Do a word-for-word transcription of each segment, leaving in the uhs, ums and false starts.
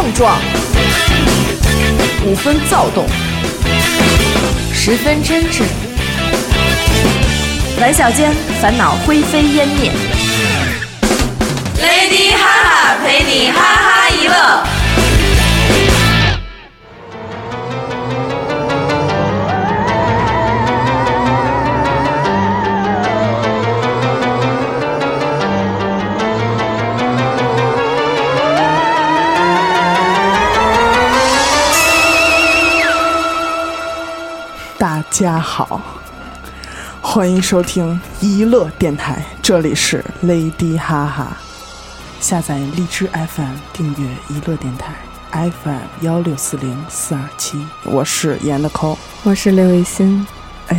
碰撞，五分躁动，十分真挚。玩笑间，烦恼灰飞烟灭。Lady 哈哈陪你哈哈一乐。 大家好，欢迎收听一乐电台，这里是 Lady 哈哈。下载荔枝 F M， 订阅一乐电台 F M 幺六四零四二七。我是严的抠， 我是刘雨欣。 哎，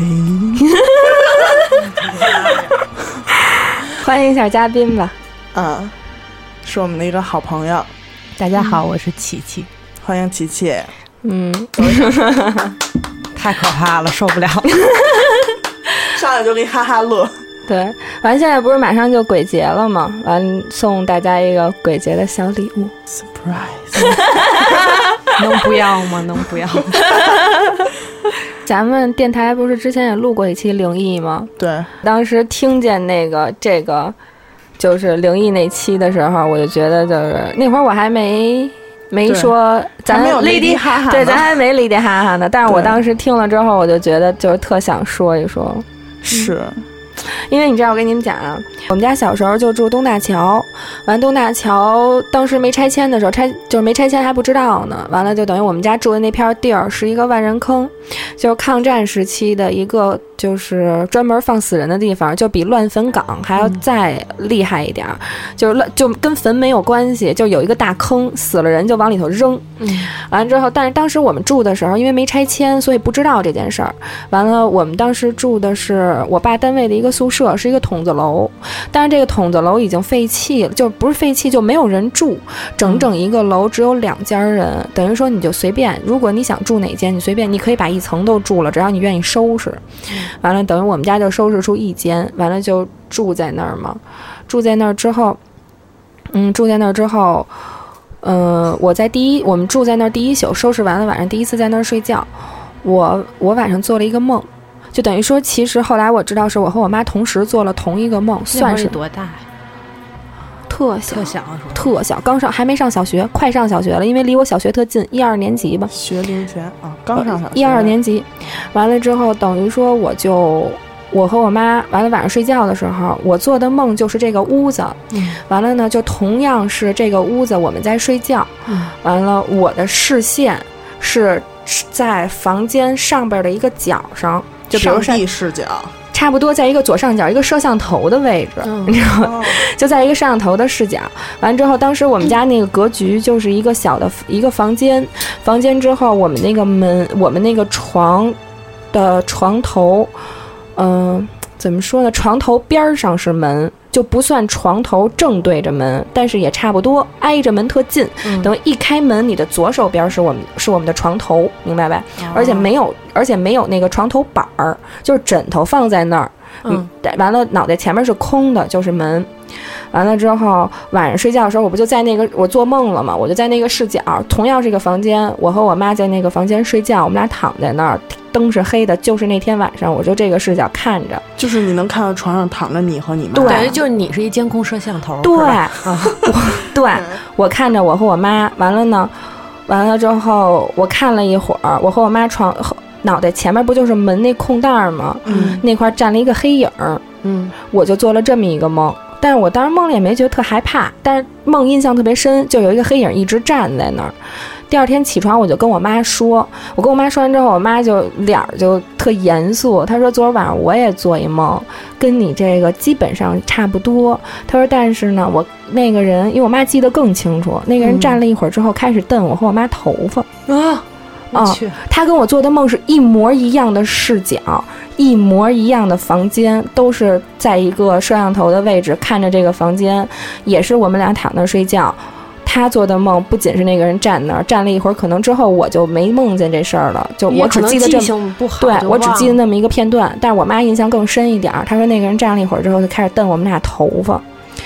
欢迎一下嘉宾吧。 嗯，是我们的一个好朋友。 大家好，我是琪琪。 欢迎琪琪。 嗯。 太可怕了，受不了。 上来就给哈哈乐。 对，完现在不是马上就鬼节了吗？完送大家一个鬼节的小礼物 ，surprise。 能不要吗？能不要？ 咱们电台不是之前也录过一期灵异吗？ 对， 当时听见那个这个就是灵异那期的时候，我就觉得就是那会儿我还没。没说咱没有 Lady 哈哈， 对，咱还没 Lady 哈哈呢。但是我当时听了之后，我就觉得就是特想说一说， 是， 因为你知道，我跟你们讲啊，我们家小时候就住东大桥，完东大桥当时没拆迁的时候，拆就是没拆迁还不知道呢。完了就等于我们家住的那片地儿是一个万人坑，就是抗战时期的一个就是专门放死人的地方，就比乱坟岗还要再厉害一点，嗯、就是乱就跟坟没有关系，就有一个大坑，死了人就往里头扔。嗯，完了之后，但是当时我们住的时候，因为没拆迁，所以不知道这件事儿。完了，我们当时住的是我爸单位的一个宿舍，是一个筒子楼，但是这个筒子楼已经废弃了，就不是废弃，就没有人住，整整一个楼只有两家人，等于说你就随便，如果你想住哪间，你随便，你可以把一层都住了，只要你愿意收拾。完了，等于我们家就收拾出一间，完了就住在那儿嘛。住在那儿之后，嗯，住在那儿之后，呃，我在第一，我们住在那儿第一宿，收拾完了，晚上第一次在那儿睡觉，我我晚上做了一个梦，就等于说，其实后来我知道是我和我妈同时做了同一个梦，算是多大呀？ 特小， 特小是吧？ 特小，刚上还没上小学，快上小学了，因为离我小学特近，一二年级吧。 学龄前啊，刚上小学， 一二年级，完了之后，等于说我就我和我妈完了晚上睡觉的时候，我做的梦就是这个屋子，嗯、完了呢，就同样是这个屋子，我们在睡觉，嗯、完了我的视线是在房间上边的一个角上，就比如上帝视角。 差不多在一个左上角一个摄像头的位置，嗯、你知道吗？就在一个摄像头的视角。完之后，当时我们家那个格局就是一个小的一个房间，房间之后我们那个门，我们那个床的床头，嗯、呃，怎么说呢？床头边上是门。就不算床头正对着门，但是也差不多挨着门特近。嗯、等于一开门，你的左手边是我们是我们的床头，明白吧？哦、而且没有，而且没有那个床头板儿，就是枕头放在那儿。嗯，完了，脑袋前面是空的，就是门。完了之后，晚上睡觉的时候，我不就在那个我做梦了嘛？我就在那个视角，同样是一个房间，我和我妈在那个房间睡觉，我们俩躺在那儿，灯是黑的，就是那天晚上，我就这个视角看着， 就是你能看到床上躺着你和你妈， 对， 等于就是你是一监控摄像头， 对，我对我看着我和我妈，完了呢，完了之后我看了一会儿，我和我妈床脑袋前面不就是门那空档吗？嗯，那块站了一个黑影，嗯，我就做了这么一个梦。但是我当时梦里也没觉得特害怕，但是梦印象特别深，就有一个黑影一直站在那儿。第二天起床，我就跟我妈说，我跟我妈说完之后，我妈就脸就特严肃，她说昨儿晚上我也做一梦，跟你这个基本上差不多。她说但是呢，我那个人，因为我妈记得更清楚，那个人站了一会儿之后开始瞪我和我妈头发啊。啊、嗯，他跟我做的梦是一模一样的视角，一模一样的房间，都是在一个摄像头的位置看着这个房间，也是我们俩躺那睡觉。他做的梦不仅是那个人站那儿站了一会儿，可能之后我就没梦见这事儿了，就我只记得这么不好， 对我只记得那么一个片段。但是我妈印象更深一点，她说那个人站了一会儿之后就开始瞪我们俩头发。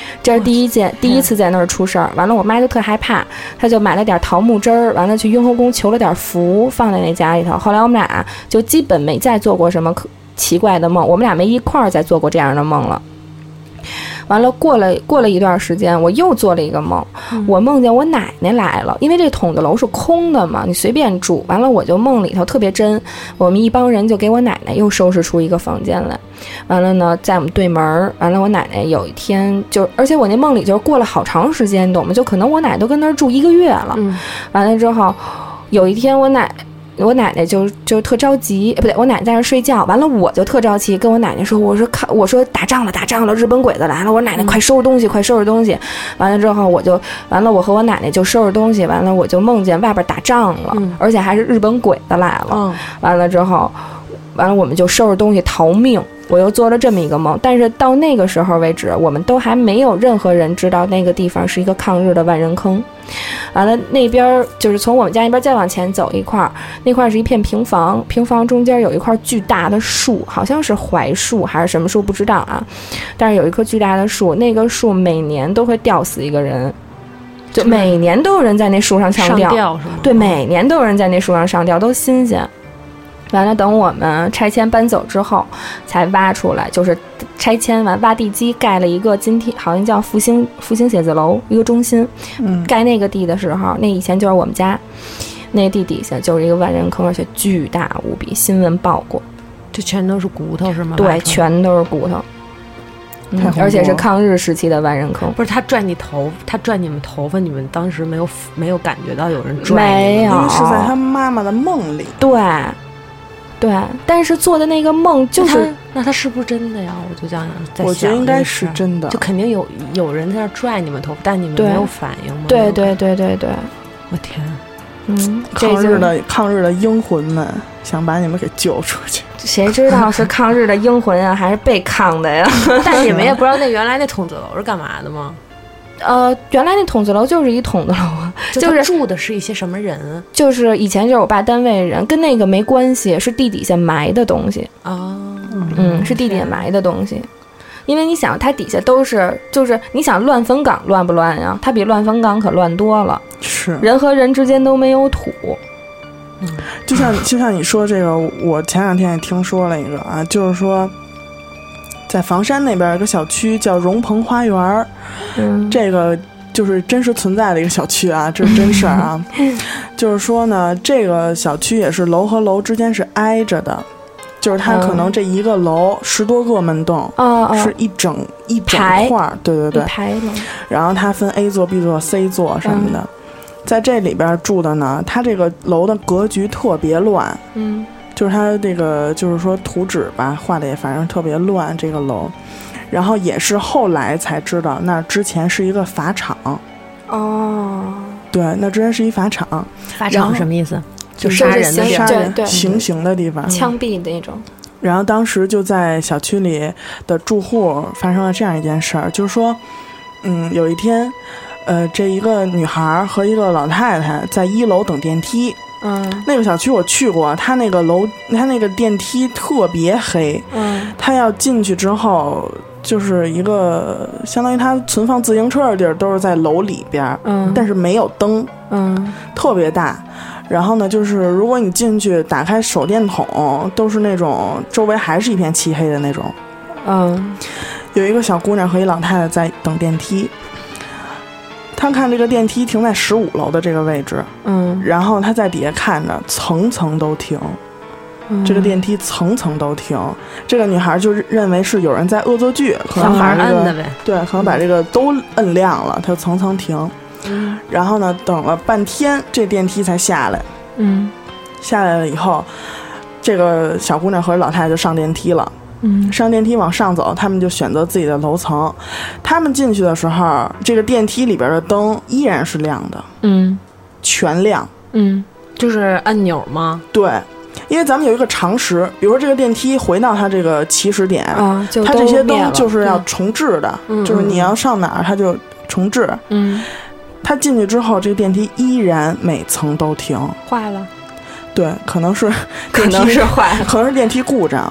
这是第一件，第一次在那儿出事儿。完了，我妈就特害怕，她就买了点桃木枝儿，完了去雍和宫求了点符，放在那家里头。后来我们俩就基本没再做过什么可奇怪的梦，我们俩没一块儿再做过这样的梦了。完了，过了过了一段时间，我又做了一个梦，嗯、我梦见我奶奶来了，因为这筒子楼是空的嘛，你随便住。完了，我就梦里头特别真，我们一帮人就给我奶奶又收拾出一个房间来。完了呢，在我们对门，完了我奶奶有一天就，而且我那梦里就是过了好长时间，你懂吗？就可能我奶奶都跟那儿住一个月了。嗯、完了之后，有一天我奶。我奶奶就就特着急，不对，我奶奶在那睡觉，完了我就特着急，跟我奶奶说，我说看，我说打仗了，打仗了，日本鬼子来了，我奶奶快收拾东西，嗯、快收拾东西。完了之后我就完了，我和我奶奶就收拾东西，完了我就梦见外边打仗了，嗯、而且还是日本鬼子来了。嗯、完了之后，完了我们就收拾东西逃命。我又做了这么一个梦，但是到那个时候为止，我们都还没有任何人知道那个地方是一个抗日的万人坑。完了，那边就是从我们家那边再往前走一块，那块是一片平房，平房中间有一块巨大的树，好像是槐树还是什么树不知道啊，但是有一棵巨大的树，那个树每年都会吊死一个人，就每年都有人在那树上上吊， 上吊是吗？ 对，每年都有人在那树上上吊，都新鲜。完了，等我们拆迁搬走之后，才挖出来，就是拆迁完挖地基，盖了一个今天好像叫复兴复兴写字楼一个中心。嗯，盖那个地的时候，那以前就是我们家，那地底下就是一个万人坑，而且巨大无比，新闻报过。 这全都是骨头是吗？ 对，全都是骨头。嗯，而且是抗日时期的万人坑。 不是他拽你头，他拽你们头发，你们当时没有没有感觉到有人拽你？ 没有， 因为是在他妈妈的梦里。 对。对，但是做的那个梦就是， 那 他, 那他是不是真的呀？我就这样在想， 我觉得应该是真的， 就肯定有有人在那拽你们头发，但你们没有反应吗？ 对对对对对， 我天， 嗯，抗日的抗日的英魂们想把你们给救出去， 谁知道是抗日的英魂啊，还是被抗的呀？ 但你们也不知道那原来那筒子楼是干嘛的吗？ 呃，原来那筒子楼就是一筒子楼啊， 就是住的是一些什么人？ 就是以前就是我爸单位人，跟那个没关系，是地底下埋的东西啊、哦，嗯，是地底下埋的东西。因为你想，它底下都是，就是你想乱坟岗乱不乱呀？它比乱坟岗可乱多了， 是人和人之间都没有土。 嗯，就像就像你说这个，我前两天也听说了一个啊，就是说。在房山那边有个小区叫荣鹏花园，嗯，这个就是真实存在的一个小区啊，这是真事儿啊。就是说呢，这个小区也是楼和楼之间是挨着的，就是它可能这一个楼十多个门洞， 嗯、 是一整、哦、一整块，对对对， 排了。 然后它分 A 座、B 座、C 座什么的，嗯、在这里边住的呢，它这个楼的格局特别乱，嗯。就是它这个，就是说图纸吧，画的也反正特别乱。这个楼，然后也是后来才知道，那之前是一个法场。 哦， 对，那之前是一法场。 法场什么意思？ 就杀人的杀人行刑的地方， 枪毙的那种。 然后当时就在小区里的住户发生了这样一件事儿，就是说，嗯，有一天，呃，这一个女孩和一个老太太在一楼等电梯。嗯，那个小区我去过，它那个楼，它那个电梯特别黑。嗯，它要进去之后，就是一个相当于它存放自行车的地儿都是在楼里边，嗯，但是没有灯，嗯，特别大。然后呢，就是如果你进去打开手电筒，都是那种周围还是一片漆黑的那种。嗯，有一个小姑娘和一老太太在等电梯。他看这个电梯停在十五楼的这个位置，嗯，然后他在底下看着，层层都停，嗯、这个电梯层层都停。这个女孩就认为是有人在恶作剧，可能把这个对，可能把这个都摁亮了，它层层停。嗯，然后呢，等了半天，这电梯才下来。嗯，下来了以后，这个小姑娘和老太太就上电梯了。嗯，上电梯往上走，他们就选择自己的楼层。他们进去的时候，这个电梯里边的灯依然是亮的，嗯，全亮， 嗯，就是按钮吗？ 对，因为咱们有一个常识，比如说这个电梯回到它这个起始点，啊，就它这些灯就是要重置的，嗯、就是你要上哪儿它就重置。嗯，它进去之后，这个电梯依然每层都停， 坏了。 对，可能是可能是坏了， 可能是电梯故障。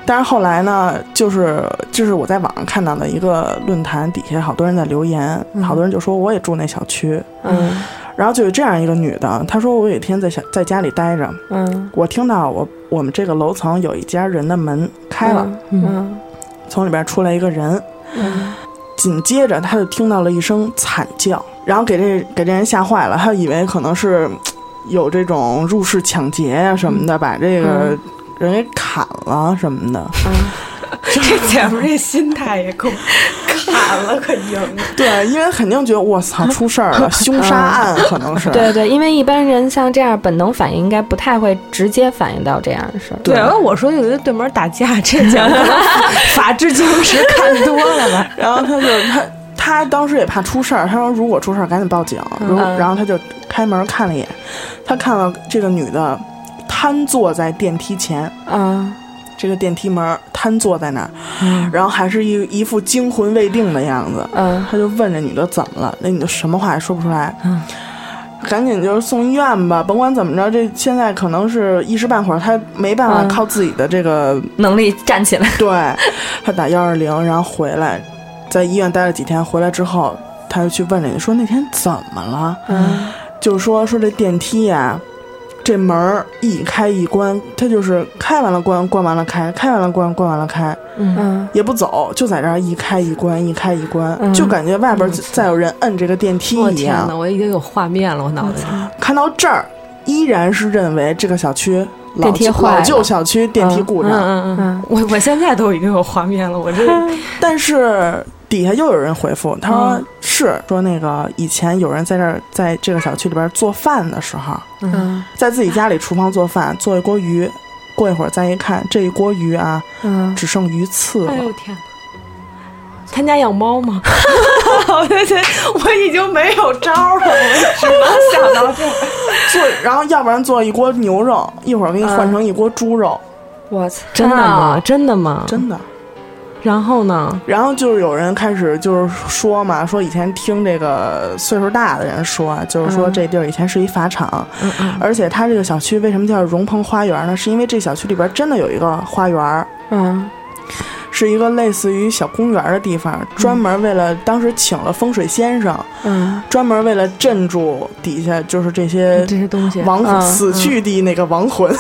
但是后来呢，就是就是我在网上看到的一个论坛，底下好多人在留言， 嗯、 好多人就说我也住那小区， 嗯， 然后就有这样一个女的，她说我有一天在小在家里待着， 嗯， 我听到我我们这个楼层有一家人的门开了， 嗯，嗯从里边出来一个人， 嗯， 紧接着她就听到了一声惨叫，然后给这给这人吓坏了，她以为可能是有这种入室抢劫呀、啊、什么的，把这个人给砍了什么的。 嗯， 这姐们这心态也够砍了可赢。 对，因为肯定觉得我操出事儿了，凶杀案可能是。 对对，因为一般人像这样本能反应应该不太会直接反应到这样的事儿。 对，我说有的对门打架，这讲法制进行时看多了吧。 然后他就他他当时也怕出事儿，他说如果出事儿赶紧报警。如嗯、 然后他就开门看了一眼，他看到这个女的瘫坐在电梯前， 嗯。 这个电梯门瘫坐在那儿、嗯，然后还是一一副惊魂未定的样子。 嗯， 他就问这女的怎么了，那女的什么话也说不出来。 嗯， 赶紧就是送医院吧，甭管怎么着，这现在可能是一时半会儿他没办法靠自己的这个、 嗯、能力站起来。 对，他打幺二零，然后回来，在医院待了几天，回来之后他就去问人家说那天怎么了？ 嗯， 就说说这电梯呀、啊。这门一开一关，他就是开完了关，关完了开，开完了关，关完了开， 嗯， 也不走，就在这儿一开一关，一开一关， 嗯、 就感觉外边再有人摁这个电梯一样。 我天哪，我已经有画面了，我脑袋里。 看到这儿，依然是认为这个小区老电梯坏了， 老旧小区电梯故障。 嗯嗯嗯嗯，我我现在都已经有画面了，我这。 但是底下又有人回复，他说、嗯、是说那个以前有人在这儿，在这个小区里边做饭的时候， 嗯， 在自己家里厨房做饭，做一锅鱼，过一会儿再一看，这一锅鱼啊， 嗯， 只剩鱼刺了。 哎呦天哪！他家养猫吗？我我已经没有招了，我只能想到这儿。 做，然后要不然做一锅牛肉，一会儿给你换成一锅猪肉。 我、嗯、操！ 真的吗？真的吗？ 真的。 然后呢？ 然后就是有人开始就是说嘛，说以前听这个岁数大的人说，就是说这地儿以前是一法场， 嗯嗯， 而且它这个小区为什么叫荣鹏花园呢？是因为这小区里边真的有一个花园， 嗯， 是一个类似于小公园的地方，专门为了当时请了风水先生， 嗯， 专门为了镇住底下就是这些这些东西亡、 嗯、 死去的那个亡魂。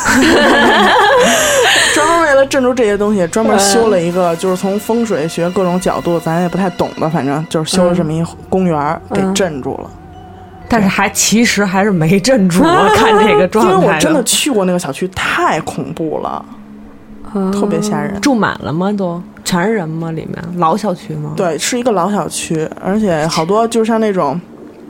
专门为了镇住这些东西，专门修了一个，就是从风水学各种角度，咱也不太懂的，反正就是修了这么一公园，嗯、给镇住了。 但是还其实还是没镇住，我看这个状态。 因为我真的去过那个小区，太恐怖了， 嗯、 特别吓人。 住满了吗？都全是人吗？里面老小区吗？ 对，是一个老小区，而且好多就像那种。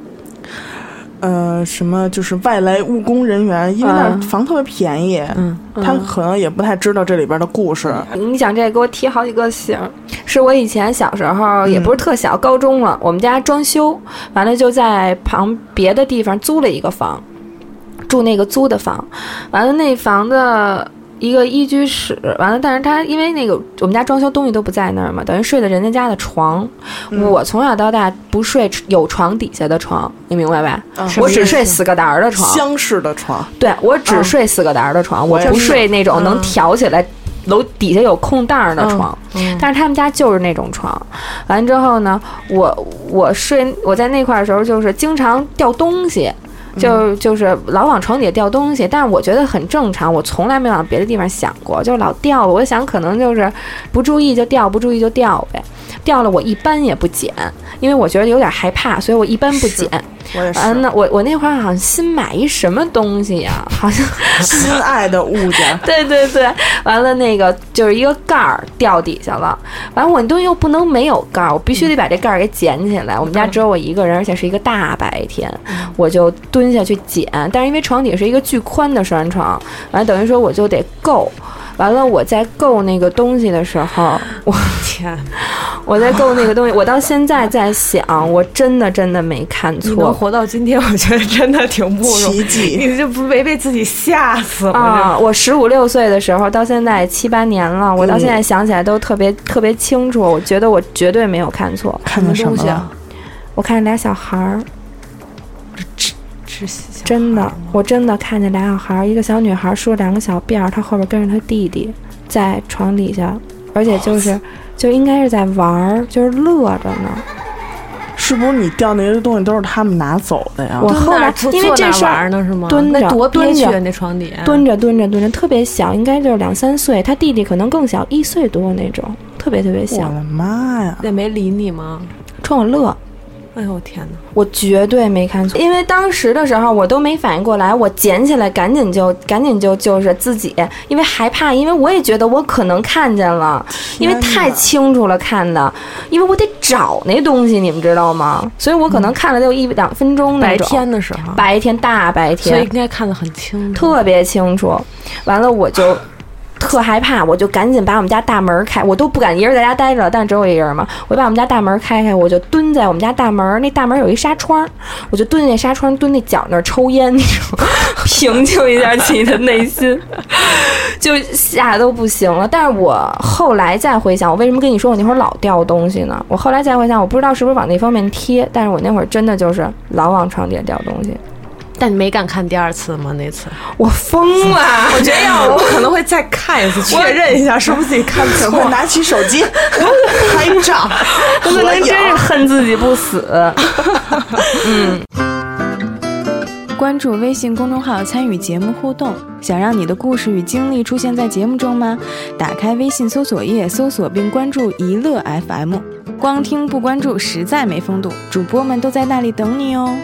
呃，什么就是外来务工人员，因为那房特别便宜， 嗯， 他可能也不太知道这里边的故事。 你讲这给我提好几个醒，是我以前小时候，也不是特小，嗯、高中了，我们家装修完了，就在旁别的地方租了一个房，住那个租的房，完了那房子。一个一居室，完了，但是他因为那个我们家装修东西都不在那儿嘛，等于睡的人家家的床。嗯、我从小到大不睡有床底下的床，你明白吧？嗯、我只睡四个沓的床， 厢式的床。 对，我只睡四个沓的床，嗯、我不睡那种能挑起来。楼底下有空档的床， 嗯嗯、 但是他们家就是那种床。完之后呢，我我睡我在那块的时候，就是经常掉东西。就就是老往床底下掉东西，但是我觉得很正常，我从来没往别的地方想过，就老掉了。我想可能就是不注意就掉，不注意就掉呗。掉了我一般也不捡，因为我觉得有点害怕，所以我一般不捡。 我也是。 完了，我我那会儿好像新买一什么东西呀、啊，好像心爱的物件。 对对对，完了那个就是一个盖儿掉底下了，完了我东西又不能没有盖儿，我必须得把这盖儿给捡起来。我们家只有我一个人，而且是一个大白天，我就蹲下去捡。但是因为床底是一个巨宽的双人床，完了等于说我就得够。完了，我在够那个东西的时候，我天， 我在够那个东西，我到现在在想，我真的真的没看错。 你能活到今天，我觉得真的挺不容易。 奇迹， 你这不没被自己吓死吗？ 啊！我十五六岁的时候，到现在七八年了，我到现在想起来都特别、嗯、特别清楚。我觉得我绝对没有看错。 看见什么了？ 我看见俩小孩儿。 是真的，我真的看见俩小孩，一个小女孩梳两个小辫儿，她后边跟着她弟弟， 在床底下，而且就是就应该是在玩儿，就是乐着呢。 是不是你掉那些东西都是他们拿走的呀？ 我后来因为这事儿呢是吗？ 蹲着那多憋屈蹲着那床底下， 蹲着蹲着蹲着，特别小，应该就是两三岁，他弟弟可能更小，一岁多那种，特别特别小。 我的妈呀！ 那没理你吗？ 冲我乐。 哎呦天哪！ 我绝对没看错，因为当时的时候我都没反应过来，我捡起来赶紧就赶紧就就是自己，因为害怕，因为我也觉得我可能看见了，因为太清楚了看的，因为我得找那东西，你们知道吗？所以我可能看了得有一两分钟那种。 白天的时候， 白天大白天， 所以应该看得很清楚， 特别清楚。完了我就。特害怕，我就赶紧把我们家大门开，我都不敢一人在家待着，但只有一人嘛，我就把我们家大门开开，我就蹲在我们家大门，那大门有一纱窗，我就蹲那纱窗，蹲那角那儿抽烟，那种平静一下自己的内心，就吓得都不行了。但是我后来再回想，我为什么跟你说我那会儿老掉东西呢？我后来再回想，我不知道是不是往那方面贴，但是我那会儿真的就是老往床底下掉东西。 但你没敢看第二次吗？那次我疯了， 我觉得要我可能会再看一次，确认一下是不是自己看错。 我拿起手机拍照， 我可能真是恨自己不死。嗯。 关注微信公众号参与节目互动，想让你的故事与经历出现在节目中吗？打开微信搜索页，搜索并关注一乐 F M， 光听不关注实在没风度，主播们都在那里等你哦。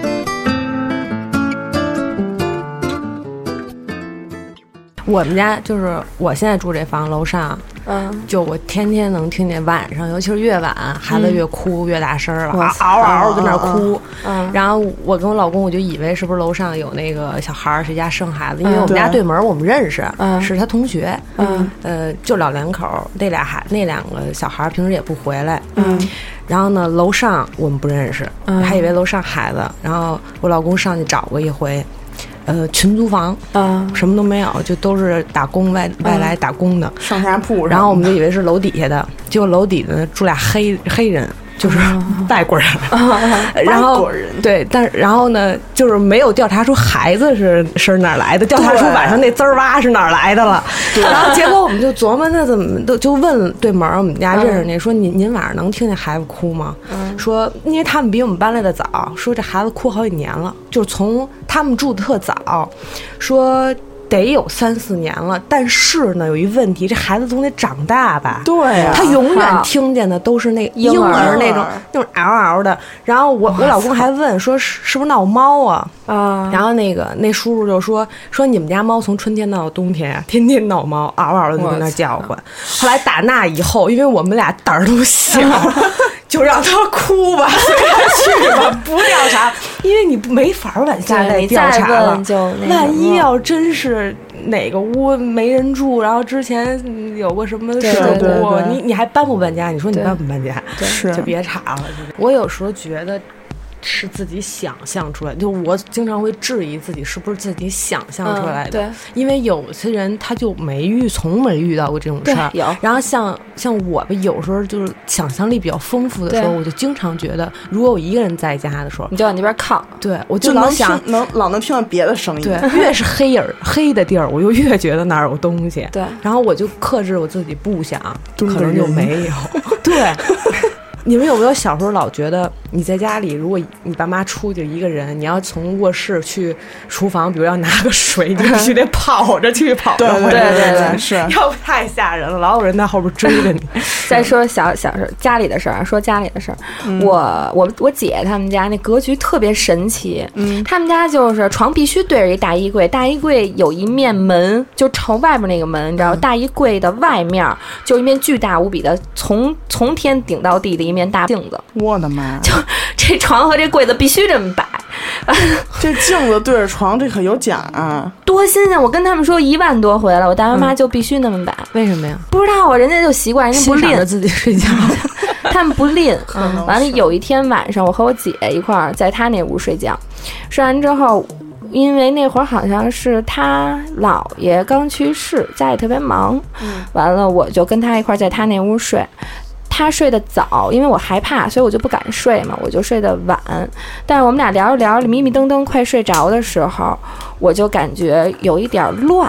我们家就是我现在住这房楼上， 嗯， 就我天天能听见晚上，尤其是越晚，孩子越哭越大声了， 嗯、 嗷嗷跟那儿哭。 嗯， 然后我跟我老公，我就以为是不是楼上有那个小孩谁家生孩子，因为我们家对门我们认识， 嗯， 是他同学， 嗯， 呃，就老两口，那俩孩那两个小孩平时也不回来， 嗯。 然后呢，楼上我们不认识， 嗯， 还以为楼上孩子。然后我老公上去找过一回。呃，群租房， 啊， 什么都没有，就都是打工外外来打工的上下铺， 然后我们就以为是楼底下的，结果楼底下住俩黑黑人，就是外国人，然后对，但是然后呢，就是没有调查出孩子是是哪儿来的，调查出晚上那滋儿哇是哪儿来的了。然后结果我们就琢磨，那怎么都就问对门我们家认识那说您您晚上能听见孩子哭吗？说因为他们比我们搬来的早，说这孩子哭好几年了，就是从他们住的特早，说。得有三四年了，但是呢，有一问题，这孩子总得长大吧？ 对啊， 他永远听见的都是那婴儿那种那种嗷嗷的。然后我我老公还问说是是不是闹猫啊？ 啊， 然后那个那叔叔就说说你们家猫从春天闹到冬天啊，天天闹猫，嗷嗷的就在那叫唤。后来打那以后，因为我们俩胆儿都小。就让他哭吧，随他去吧，不调查，因为你没法往下再调查了。万一要真是哪个屋没人住，然后之前有过什么事故，你你还搬不搬家？你说你搬不搬家？ 是就别查了。我有时候觉得。是自己想象出来，就我经常会质疑自己是不是自己想象出来的， 嗯、对， 因为有些人他就没遇，从没遇到过这种事儿， 有。 然后像像我吧，有时候就是想象力比较丰富的时候，我就经常觉得，如果我一个人在家的时候， 你就往那边靠， 对，我就老想能老能听到别的声音， 对，越是黑儿黑的地儿，我就越觉得那儿有东西， 对， 然后我就克制我自己不想，可能就没有，对。你们有没有小时候老觉得你在家里，如果你爸妈出去一个人，你要从卧室去厨房，比如要拿个水，你必须得跑着去，跑着回来。对对对对， 是， 要不太吓人了，老有人在后边追着你。 再说小小时候家里的事儿，说家里的事儿，嗯、我我我姐他们家那格局特别神奇， 嗯， 他们家就是床必须对着一大衣柜，大衣柜有一面门就朝外面那个门，你知道，嗯、大衣柜的外面就一面巨大无比的，从从天顶到地的一面大镜子。 我的妈！ 就这床和这柜子必须这么摆。 这镜子对着床，这可有讲啊！ 多新鲜！我跟他们说一万多回了，我大妈妈就必须那么摆。 为什么呀？ 不知道啊，人家就习惯，人家不吝自己睡觉， 他们不吝。嗯，完了有一天晚上，我和我姐一块儿在她那屋睡觉，睡完之后。因为那会儿好像是他姥爷刚去世，家里特别忙， 嗯， 完了我就跟他一块在他那屋睡。他睡得早，因为我害怕，所以我就不敢睡嘛，我就睡得晚。但是我们俩聊着聊着，迷迷瞪瞪快睡着的时候，我就感觉有一点乱，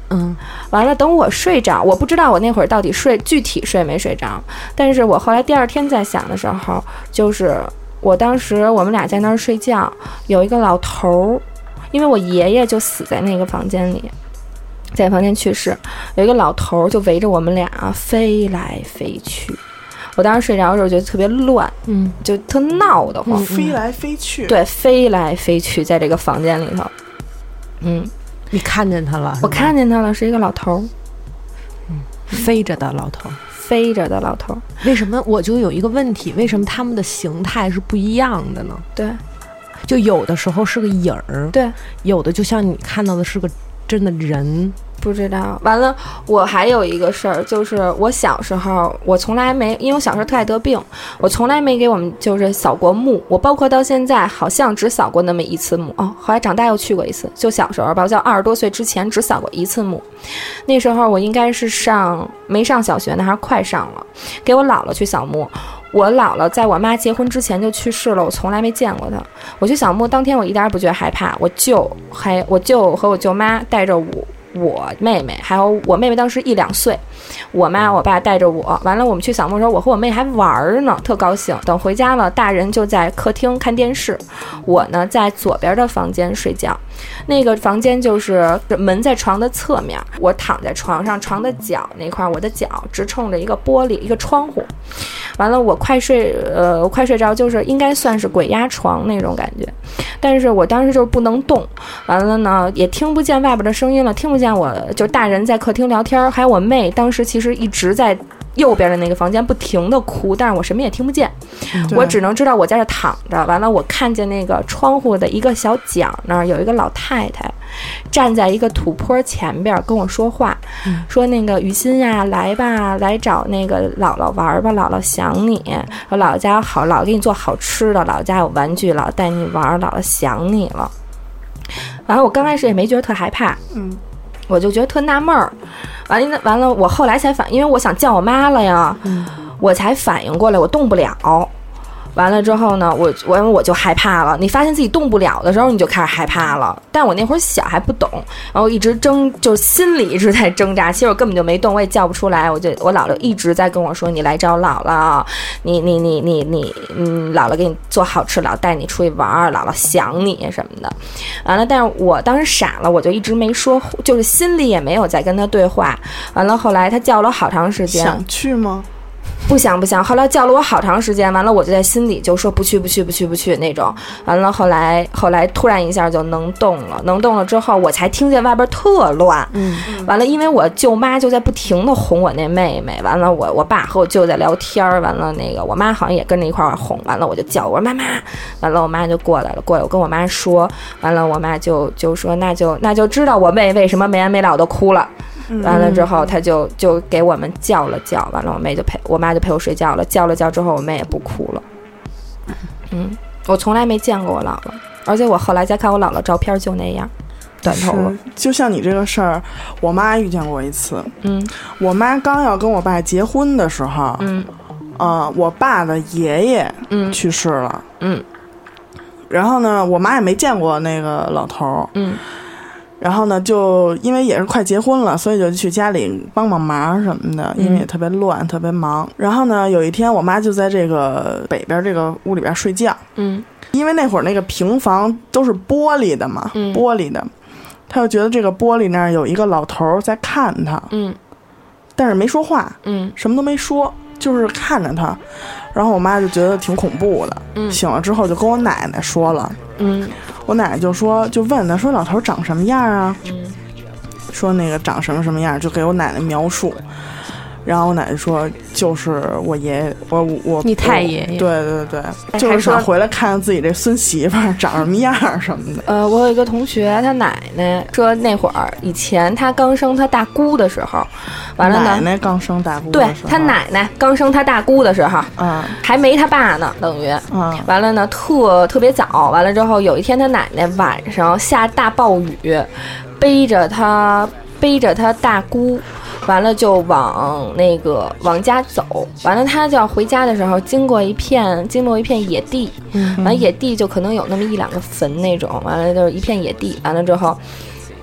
嗯，完了，等我睡着，我不知道我那会儿到底睡具体睡没睡着，但是我后来第二天在想的时候，就是我当时我们俩在那儿睡觉，有一个老头儿，因为我爷爷就死在那个房间里，在房间去世，有一个老头儿就围着我们俩飞来飞去。我当时睡着的时候觉得特别乱，嗯，就特闹得慌， 飞来飞去， 对，飞来飞去，在这个房间里头，嗯。 你看见他了？ 我看见他了，是一个老头儿， 嗯，飞着的老头， 飞着的老头。 为什么我就有一个问题？为什么他们的形态是不一样的呢？ 对， 就有的时候是个影儿， 对， 有的就像你看到的是个真的人。 不知道。完了，我还有一个事儿，就是我小时候，我从来没，因为我小时候特爱得病，我从来没给我们就是扫过墓。我包括到现在，好像只扫过那么一次墓。哦，后来长大又去过一次。就小时候吧，我在二十多岁之前只扫过一次墓。那时候我应该是上没上小学呢，还是快上了，给我姥姥去扫墓。我姥姥在我妈结婚之前就去世了，我从来没见过她。我去扫墓当天，我一点也不觉得害怕。我舅还我舅和我舅妈带着我。我妹妹还有我妹妹当时一两岁，我妈我爸带着我，完了我们去扫墓的时候，我和我妹还玩呢，特高兴。等回家了，大人就在客厅看电视，我呢在左边的房间睡觉。那个房间就是门在床的侧面，我躺在床上，床的角那块，我的脚直冲着一个玻璃一个窗户。完了，我快睡，呃，我快睡着，就是应该算是鬼压床那种感觉，但是我当时就是不能动。完了呢，也听不见外边的声音了，听不见我就大人在客厅聊天，还有我妹当时其实一直在右边的那个房间不停的哭，但是我什么也听不见，我只能知道我在这躺着。完了，我看见那个窗户的一个小角那儿有一个老太太站在一个土坡前边跟我说话，嗯、说那个雨欣呀，来吧，来找那个姥姥玩吧，姥姥想你，说姥姥家好，姥姥给你做好吃的，姥姥家有玩具，姥姥带你玩，姥姥想你了。完了，我刚开始也没觉得特害怕，嗯，我就觉得特纳闷儿。完了，完了，我后来才反，因为我想叫我妈了呀，嗯、我才反应过来，我动不了。完了之后呢，我我我就害怕了。你发现自己动不了的时候，你就开始害怕了。但我那会儿小还不懂，然后一直挣，就心里一直在挣扎。其实我根本就没动，我也叫不出来。我就我姥姥一直在跟我说：“你来找姥姥，你你你你你，嗯，姥姥给你做好吃，姥姥带你出去玩，姥姥想你什么的。”完了，但是我当时傻了，我就一直没说，就是心里也没有在跟他对话。完了，后来他叫了我好长时间， 想去吗？ 不想不想，后来叫了我好长时间，完了我就在心里就说不去不去不去不去那种。完了后来后来突然一下就能动了，能动了之后我才听见外边特乱。嗯，完了因为我舅妈就在不停的哄我那妹妹，完了我我爸和我舅在聊天，完了那个我妈好像也跟着一块哄，完了我就叫我说妈妈，完了我妈就过来了，过来我跟我妈说，完了我妈就就说那就那就知道我妹为什么没完没了的哭了。完了之后他就就给我们叫了叫，完了我妹就陪我妈就陪我睡觉了，叫了叫之后我妹也不哭了。嗯，我从来没见过我姥姥，而且我后来再看我姥姥照片就那样，短头发。 就像你这个事儿，我妈遇见过一次。 嗯， 我妈刚要跟我爸结婚的时候，嗯，呃，我爸的爷爷嗯去世了， 嗯， 然后呢，我妈也没见过那个老头， 嗯。 然后呢，就因为也是快结婚了，所以就去家里帮帮忙什么的，因为也特别乱，嗯、特别忙。然后呢，有一天我妈就在这个北边这个屋里边睡觉， 嗯， 因为那会儿那个平房都是玻璃的嘛， 嗯、 玻璃的，她就觉得这个玻璃那儿有一个老头在看她， 嗯， 但是没说话， 嗯， 什么都没说，就是看着她。然后我妈就觉得挺恐怖的， 嗯， 醒了之后就跟我奶奶说了， 嗯。 我奶奶就说，就问他说老头长什么样啊？ 嗯， 说那个长什么什么样，就给我奶奶描述。然后我奶奶说，就是我爷爷，我我你太爷爷， 对对对，就是想回来看看自己这孙媳妇儿长什么样什么的。 呃，我有一个同学，他奶奶说那会儿以前他刚生他大姑的时候，完了呢， 奶奶刚生大姑的时候， 对他奶奶刚生他大姑的时候， 嗯， 还没他爸呢，等于， 嗯， 完了呢，特特别早，完了之后有一天他奶奶晚上下大暴雨，背着他背着他大姑。完了就往那个往家走，完了他就要回家的时候，经过一片经过一片野地，嗯，完了野地就可能有那么一两个坟那种，完了就是一片野地，完了之后，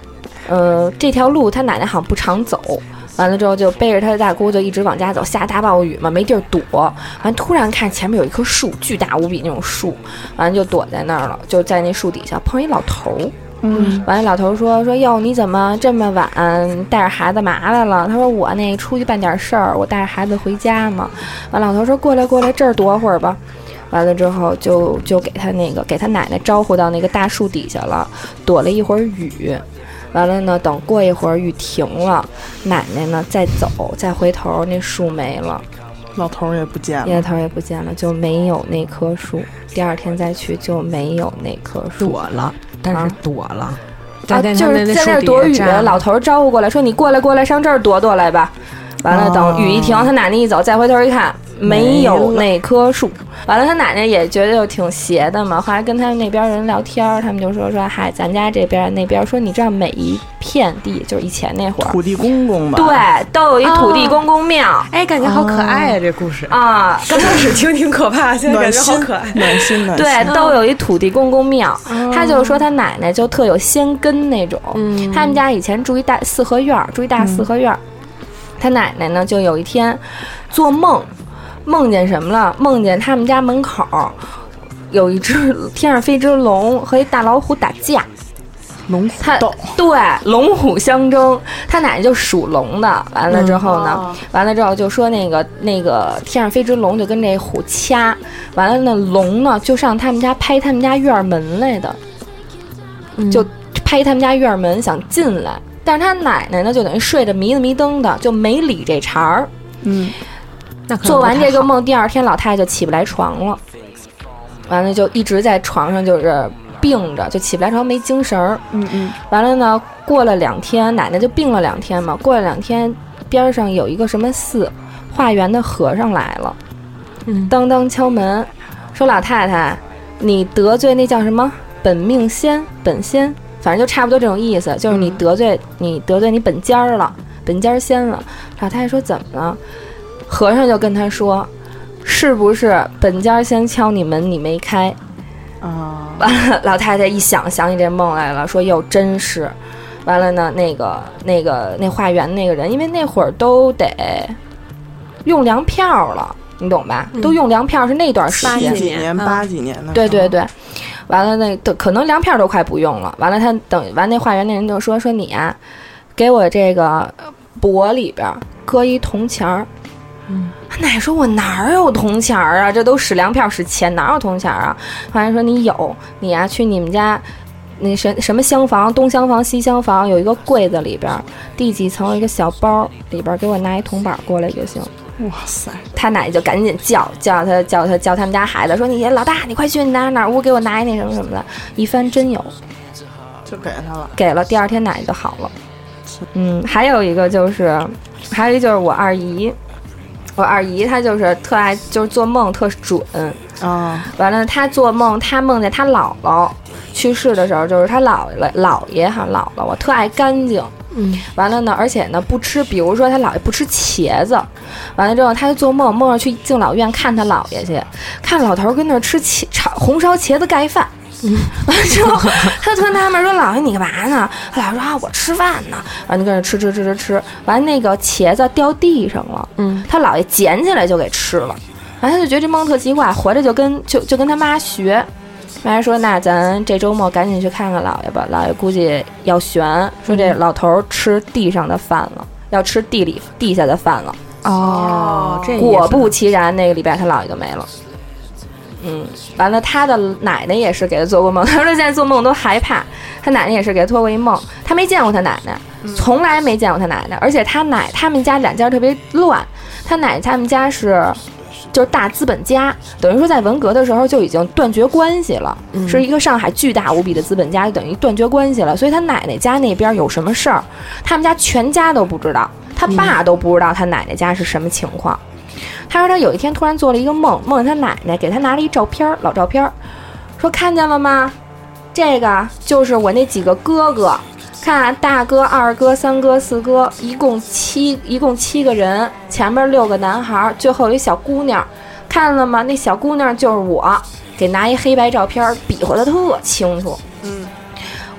呃，这条路他奶奶好像不常走。完了之后就背着他的大姑就一直往家走，下大暴雨嘛，没地儿躲。完突然看前面有一棵树，巨大无比那种树，完了就躲在那儿了，就在那树底下碰一老头。嗯，完了老头说说哟，你怎么这么晚带着孩子嘛来了？他说我那出去办点事儿，我带着孩子回家嘛。完老头说过来过来，这儿躲会儿吧。完了之后就就给他那个给他奶奶招呼到那个大树底下了，躲了一会儿雨。完了呢，等过一会儿雨停了，奶奶呢再走，再回头，那树没了， 老头也不见了， 老头也不见了，就没有那棵树。第二天再去就没有那棵树， 躲了，但是躲了， 啊，啊就是在那儿躲雨，老头招呼过来说：“你过来，过来，上这儿躲躲来吧。”完了，等雨一停，他奶奶一走，再回头一看，没有那棵树。完了，他奶奶也觉得就挺邪的嘛，后来跟他们那边人聊天，他们就说说，嗨，咱家这边那边说，你知道每一片地，就是以前那会儿土地公公吧， 对，都有一土地公公庙。哦、 哎，感觉好可爱啊，哦、这故事啊， 刚开始听挺可怕，现在感觉好可爱， 暖心暖心。 对，都有一土地公公庙。哦、他就说他奶奶就特有仙根那种，嗯、他们家以前住一大四合院，住一大四合院。嗯他奶奶呢，就有一天做梦，梦见什么了？梦见他们家门口有一只天上飞只龙和一大老虎打架， 龙虎斗， 对，龙虎相争。他奶奶就属龙的。完了之后呢，嗯、完了之后就说那个那个天上飞只龙就跟这虎掐，完了那龙呢就上他们家拍他们家院门来的，嗯、就拍他们家院门想进来。但是他奶奶呢，就等于睡着迷了迷瞪的，就没理这茬儿。 嗯， 那做完这个梦，第二天老太太就起不来床了，完了就一直在床上就是病着，就起不来床，没精神儿。 嗯嗯。 完了呢，过了两天，奶奶就病了两天嘛。过了两天，边上有一个什么寺，化缘的和尚来了，嗯，当当敲门，说老太太，你得罪那叫什么本命仙，本仙。反正就差不多这种意思，就是你得罪、嗯、你得罪你本家了，本家仙了。老太太说怎么了？和尚就跟他说，是不是本家仙敲你门你没开？ 啊、 完了，老太太一想想起这梦来了，说哟真是。完了呢，那个那个那化缘那个人，因为那会儿都得用粮票了，你懂吧？嗯、都用粮票是那段时间， 八几年八几年的， 对对对。完了那可能粮票都快不用了。完了他等完那化缘那人就说说你啊，给我这个钵里边搁一铜钱儿。嗯，他奶奶说我哪有铜钱儿啊？这都使粮票使钱，哪有铜钱儿啊？化缘说你有，你啊去你们家那什什么厢房，东厢房西厢房有一个柜子里边，第几层有一个小包，里边给我拿一铜板过来就行。 哇塞！ 他奶奶就赶紧叫叫他叫他叫他们家孩子说：“你老大，你快去哪哪屋给我拿一那什么什么的。”一翻真有， 就给他了。 给了，第二天奶奶就好了。嗯，还有一个就是，还有一个就是我二姨，我二姨她就是特爱就是做梦特准啊。哦、 完了，她做梦，她梦见她姥姥去世的时候，就是她姥姥姥爷哈姥姥，我特爱干净。嗯，完了呢，而且呢不吃，比如说他姥爷不吃茄子，完了之后他就做梦，梦着去敬老院看他姥爷去，看老头跟那儿吃茄炒红烧茄子盖饭，嗯，完了之后他就特纳闷说姥爷你干嘛呢？他姥爷说啊我吃饭呢，完了就跟着吃吃吃吃吃，完了那个茄子掉地上了，嗯，他姥爷捡起来就给吃了，完了他就觉得这梦特奇怪，回来就跟就就跟他妈学。妈说那咱这周末赶紧去看看姥爷吧，姥爷估计要悬，说这老头吃地上的饭了，要吃地里地下的饭了。 哦，这果不其然，那个礼拜他姥爷就没了。嗯，完了，他的奶奶也是给他做过梦，他说现在做梦都害怕。他奶奶也是给他托过一梦，他没见过他奶奶，从来没见过他奶奶，而且他奶他们家两家特别乱，他奶奶他们家是。就是大资本家，等于说在文革的时候就已经断绝关系了，嗯、是一个上海巨大无比的资本家，就等于断绝关系了。所以他奶奶家那边有什么事儿，他们家全家都不知道，他爸都不知道他奶奶家是什么情况。嗯、他说他有一天突然做了一个梦，梦见他奶奶给他拿了一照片，老照片，说看见了吗？这个就是我那几个哥哥。看大哥二哥三哥四哥一共七一共七个人，前面六个男孩，最后一小姑娘，看了吗？那小姑娘就是我，给拿一黑白照片比划的特清楚。 嗯，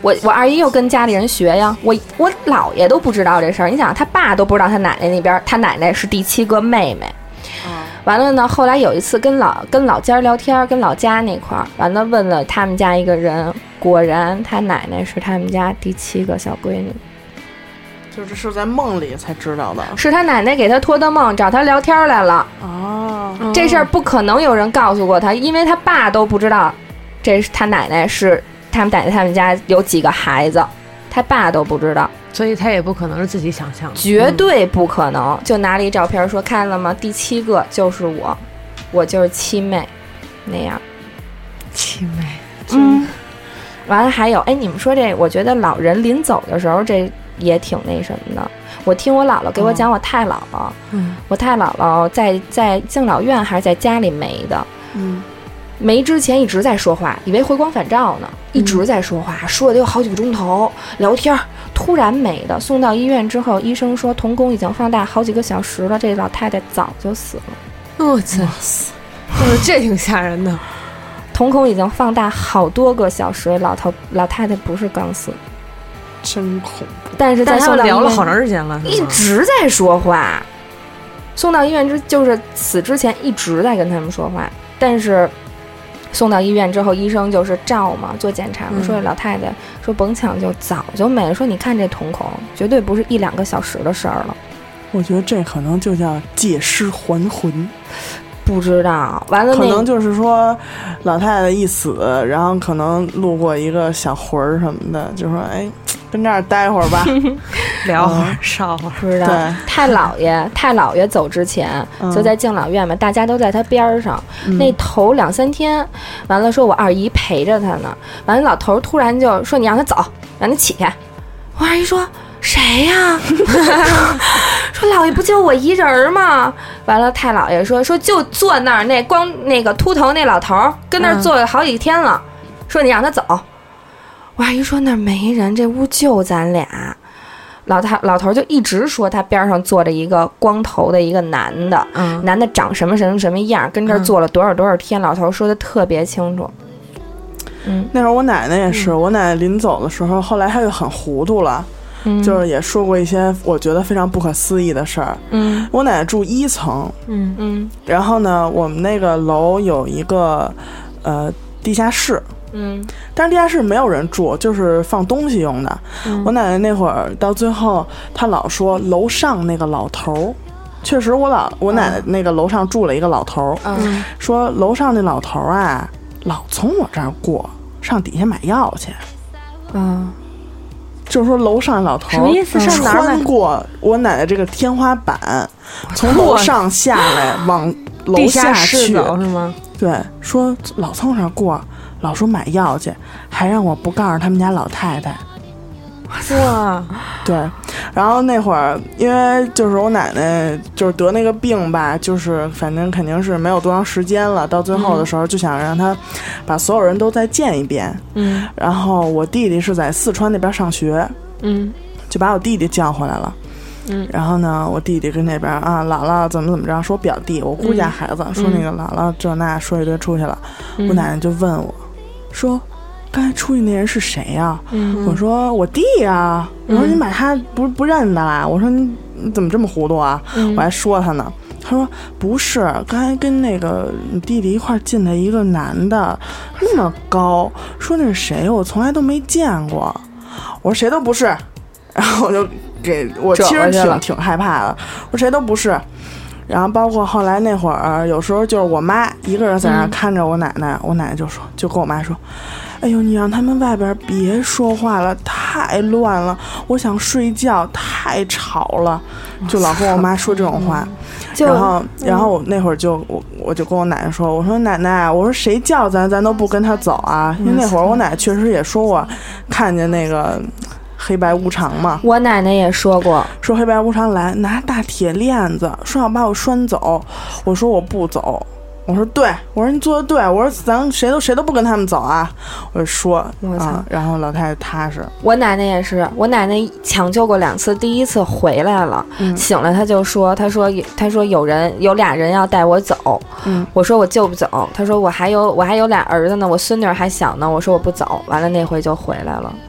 我我二姨又跟家里人学呀，我我姥爷都不知道这事儿。你想，他爸都不知道他奶奶那边，他奶奶是第七个妹妹。完了呢，后来有一次跟老跟老家聊天，跟老家那块儿，完了问了他们家一个人，果然他奶奶是他们家第七个小闺女。 就是是在梦里才知道的， 是他奶奶给他托的梦，找他聊天来了。 哦， 这事儿不可能有人告诉过他，因为他爸都不知道，这是他奶奶是他们奶奶他们家有几个孩子，他爸都不知道， 所以他也不可能是自己想象的， 绝对不可能。就拿了一照片说，看了吗？第七个就是我，我就是七妹，那样。 七妹， 嗯。完了还有，哎，你们说这，我觉得老人临走的时候这也挺那什么的。我听我姥姥给我讲，我太姥姥，嗯，我太姥姥在在敬老院还是在家里没的，嗯，没之前一直在说话，以为回光返照呢，一直在说话，嗯、说了得有好几个钟头聊天，突然没的。送到医院之后，医生说瞳孔已经放大好几个小时了，这老太太早就死了。 我操，哦，这挺吓人的。 瞳孔已经放大好多个小时，老头老太太不是刚死， 真恐怖。 但是在送到医院聊了好长时间了， 一直在说话。送到医院之就是死之前一直在跟他们说话，但是送到医院之后，医生就是照嘛，做检查嘛，嗯、说老太太说甭抢救，早就没了。说你看这瞳孔，绝对不是一两个小时的事儿了。 我觉得这可能就叫借尸还魂。 不知道，完了可能就是说，老太太一死，然后可能路过一个小魂儿什么的，就说：“哎，跟这儿待会儿吧， 聊会儿，烧会儿。” 不知道。太姥爷，太姥爷走之前、嗯、就在敬老院嘛，大家都在他边上。嗯、那头两三天，完了说我二姨陪着他呢，完了老头突然就说：“你让他走，让他起开。”我二姨说。谁呀、啊？说姥爷不就我一人吗？完了，太姥爷说说就坐那儿，那光那个秃头那老头跟那儿坐了好几天了，嗯、说你让他走。我阿姨说那儿没人，这屋就咱俩。老太老头就一直说他边上坐着一个光头的一个男的，嗯、男的长什么什么什么样，跟这儿坐了多少多少天，嗯、老头说的特别清楚。 嗯，那会儿我奶奶也是，嗯、我奶奶临走的时候，后来她就很糊涂了。嗯、就是也说过一些我觉得非常不可思议的事儿。嗯，我奶奶住一层， 嗯嗯， 然后呢，我们那个楼有一个呃地下室，嗯，但是地下室没有人住，就是放东西用的。嗯、我奶奶那会儿到最后，她老说楼上那个老头，确实我老我奶奶那个楼上住了一个老头，嗯，说楼上那老头啊，老从我这儿过，上底下买药去，嗯。就是说，楼上老头什么意思？上哪儿穿过我奶奶这个天花板，从楼上下来往楼下去， 是吗？ 对，说老从这儿过，老说买药去，还让我不告诉他们家老太太。 哇， 对，然后那会儿，因为就是我奶奶就是得那个病吧，就是反正肯定是没有多长时间了，到最后的时候就想让他把所有人都再见一遍。嗯，然后我弟弟是在四川那边上学，嗯，就把我弟弟叫回来了。嗯，然后呢，我弟弟跟那边啊，姥姥怎么怎么着，说表弟，我姑家孩子，嗯、说那个姥姥这那说一堆出去了，嗯、我奶奶就问我，说。刚才出去那人是谁呀、啊？嗯、我说我弟呀、啊。我说你把他不不认得啦？我说你你怎么这么糊涂啊？嗯、我还说他呢。他说不是，刚才跟那个你弟弟一块进来一个男的，那么高，说那是谁？我从来都没见过。我说谁都不是。然后我就给我其实挺挺害怕的。我说谁都不是。然后包括后来那会儿，有时候就是我妈一个人在那看着我奶奶，嗯、我奶奶就说，就跟我妈说。哎呦，你让他们外边别说话了，太乱了，我想睡觉，太吵了，就老跟我妈说这种话。嗯、然后，然后我那会儿就我我就跟我奶奶说，我说奶奶，我说谁叫咱咱都不跟他走啊，因为那会儿我奶奶确实也说过，看见那个黑白无常嘛。 我奶奶也说过， 说黑白无常来拿大铁链子，说要把我拴走，我说我不走。我说对，我说你做的对，我说咱谁都谁都不跟他们走啊！我就说我操、啊，然后老太太踏实。 我奶奶也是，我奶奶抢救过两次，第一次回来了，嗯、醒了她就说，她说她说有人有俩人要带我走，嗯，我说我就不走，她说我还有我还有俩儿子呢，我孙女还小呢，我说我不走，完了那回就回来了。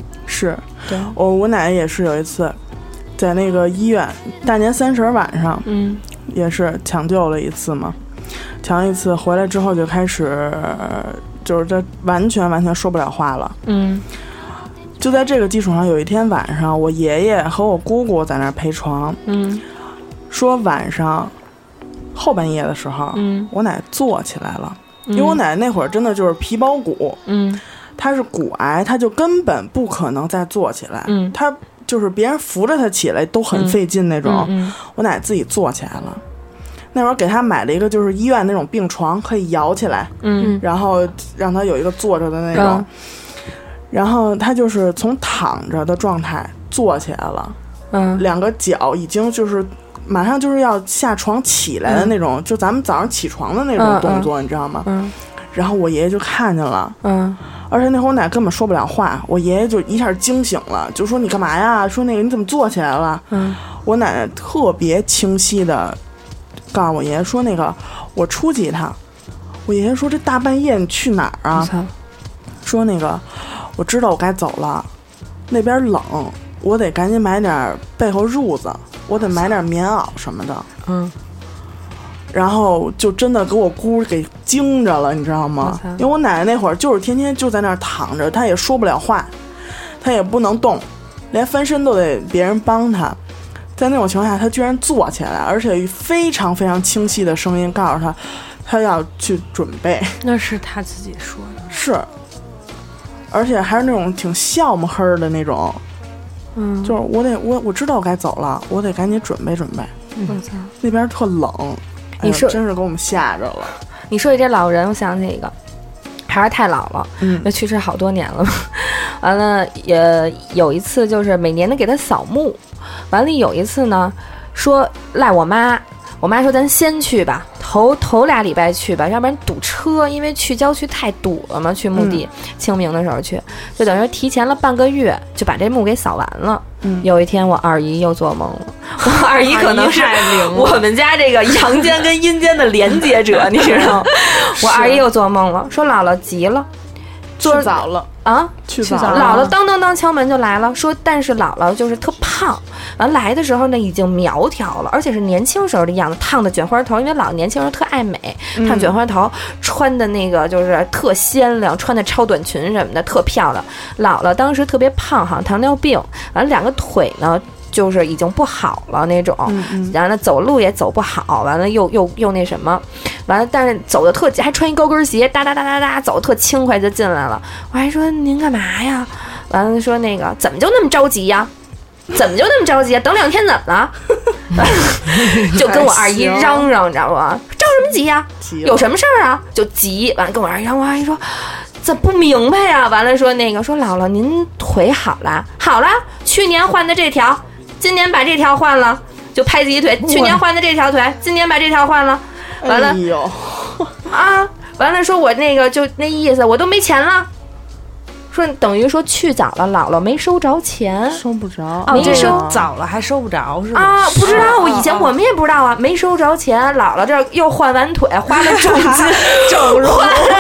是， 对， 我我奶奶也是有一次，在那个医院大年三十晚上， 嗯， 也是抢救了一次嘛，抢一次回来之后就开始，就是这完全完全说不了话了， 嗯。 就在这个基础上，有一天晚上，我爷爷和我姑姑在那儿陪床， 嗯， 说晚上后半夜的时候， 嗯， 我奶坐起来了，因为我奶那会儿真的就是皮包骨， 嗯， 她是骨癌，她就根本不可能再坐起来， 嗯， 她就是别人扶着她起来都很费劲那种， 嗯嗯、 我奶自己坐起来了。那会儿给她买了一个就是医院那种病床，可以摇起来， 嗯， 然后让她有一个坐着的那种。嗯，然后他就是从躺着的状态坐起来了， 嗯， 两个脚已经就是马上就是要下床起来的那种，嗯、就咱们早上起床的那种动作，嗯、你知道吗？ 嗯。 然后我爷爷就看见了， 嗯， 而且那会儿我奶根本说不了话，我爷爷就一下惊醒了，就说你干嘛呀？说那个你怎么坐起来了？ 嗯， 我奶奶特别清晰的告诉我爷爷说那个我出去一趟。我爷爷说这大半夜你去哪儿啊？说那个。我知道我该走了，那边冷，我得赶紧买点被后褥子，我得买点棉袄什么的。 嗯， 然后就真的给我姑给惊着了，你知道吗？因为我奶奶那会儿就是天天就在那儿躺着，她也说不了话，她也不能动，连翻身都得别人帮她。在那种情况下，她居然坐起来，而且非常非常清晰的声音告诉她，她要去准备。 那是她自己说的。 是。而且还是那种挺笑么黑的那种， 嗯， 就是我得我我知道我该走了，我得赶紧准备准备。 我操， 那边特冷， 你说、 哎、真是给我们吓着了。 你说起这老人，我想起一个，还是太老了， 嗯， 那去世好多年了。完了也有一次就是每年的给他扫墓，完了有一次呢说赖我妈。我妈说咱先去吧，头头俩礼拜去吧，要不然堵车，因为去郊区太堵了嘛，去墓地、嗯、清明的时候去，就等于提前了半个月就把这墓给扫完了。 嗯， 有一天我二姨又做梦了，我二姨可能是我们家这个阳间跟阴间的连接者，你知道吗？我二姨又做梦了，说姥姥急了， 去早了啊， 去早了，姥姥当当当敲门就来了，说但是姥姥就是特胖，完来的时候呢已经苗条了，而且是年轻时候的样子，烫的卷花头，因为姥姥年轻时候特爱美，烫卷花头，嗯、穿的那个就是特鲜亮，穿的超短裙什么的特漂亮。姥姥当时特别胖，好像糖尿病，完了两个腿呢。就是已经不好了那种， 嗯嗯然后呢走路也走不好，完了又又又那什么，完了但是走的特还穿一高跟鞋，哒哒哒哒哒走得特轻快就进来了。我还说您干嘛呀？完了说那个怎么就那么着急呀？怎么就那么着急啊？等两天怎么了？就跟我二姨嚷嚷，你知道吗？着什么急呀？有什么事儿啊？就急，完了跟我二姨嚷，我二姨说。这不明白呀、啊！完了说那个说姥姥您腿好了，好了，去年换的这条，今年把这条换了，就拍自己腿。去年换的这条腿，今年把这条换了，完了， 哎呦啊，完了说我那个就那意思，我都没钱了。说等于说去早了，姥姥没收着钱， 收不着， 没收、 哦、早了还收不着是吧？ 啊，不知道，我以前我们也不知道啊，没收着钱，姥姥这又换完腿，花了重金整容，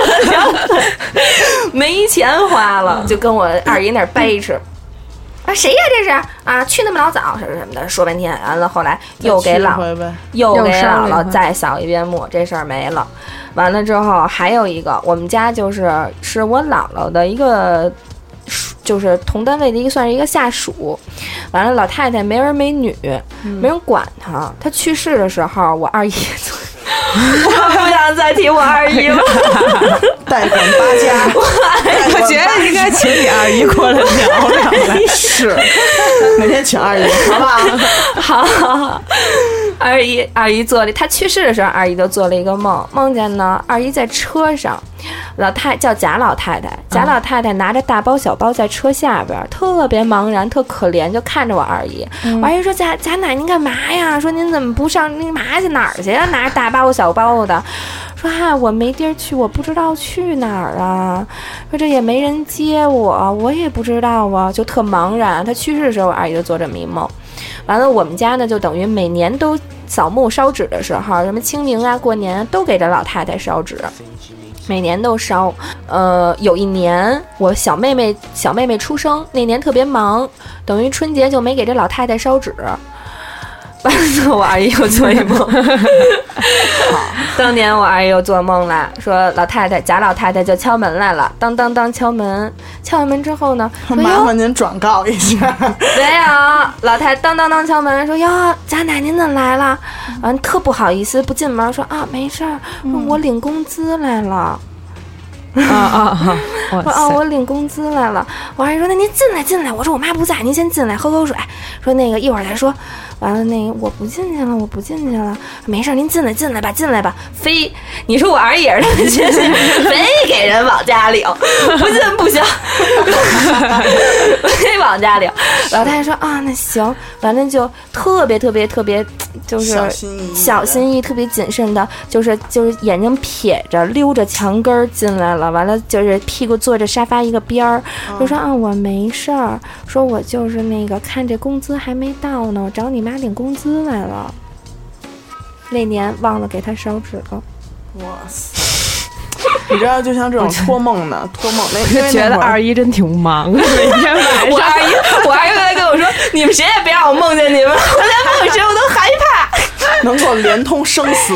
没钱花了，就跟我二姨那儿掰扯。啊，谁呀、啊？这是啊，去那么老早什么什么的，说半天，完了后来又给姥又给姥姥再扫一遍墓，这事儿没了。完了之后还有一个，我们家就是是我姥姥的一个，就是同单位的一个算是一个下属。完了，老太太没儿没女，嗯、没人管她。她去世的时候，我二姨。我不想再提我二姨了， 代管八家， 我觉得应该请你二姨过来聊聊。 是，哪天请二姨，好不好？ 好好好。二姨，二姨做了，她去世的时候，二姨就做了一个梦，梦见呢，二姨在车上，老太叫贾老太太，贾老太太拿着大包小包在车下边，嗯、特别茫然，特可怜，就看着我二姨。嗯、我二姨说：“贾贾奶，您干嘛呀？说您怎么不上？您干嘛去哪儿去呀？拿着大包小包的。”说啊，我没地儿去，我不知道去哪儿啊。说这也没人接我，我也不知道啊，就特茫然。她去世的时候，我二姨就做这么一梦。完了，我们家呢就等于每年都扫墓烧纸的时候，什么清明啊、过年都给这老太太烧纸。 每年都烧。呃，有一年我小妹妹小妹妹出生那年特别忙，等于春节就没给这老太太烧纸。完了，我二姨又做一梦。当年我二姨又做梦了，说老太太贾老太太就敲门来了，当当当敲门，敲完门之后呢， 麻烦您转告一下。 没有，老太太当当当敲门说哟，贾奶您怎来了？完特不好意思不进门，说啊没事儿，嗯、我领工资来了。 啊啊啊！ 说哦，我领工资来了。我二姨说那您进来进来。我说我妈不在，您先进来喝口水。说那个一会儿再说。完了那个我不进去了，我不进去了。没事，您进来进来吧，进来吧。非你说我二姨也是那么学习，非给人往家领，不进不行，非往家领。老太太说啊，那行。完了就特别特别特别，就是小心翼翼， 小心翼翼特别谨慎的，就是就是眼睛瞥着溜着墙根儿进来了。完了就是屁股坐着沙发一个边儿，就说啊我没事儿，说我就是那个看这工资还没到呢，我找你妈领工资来了。那年忘了给他烧纸了。 哇塞！你知道，就像这种托梦的托梦，那觉得二姨真挺忙，每天晚上。 我二姨，我二姨刚才跟我说，你们谁也别让我梦见你们，我连梦谁我都害怕。 能够连通生死。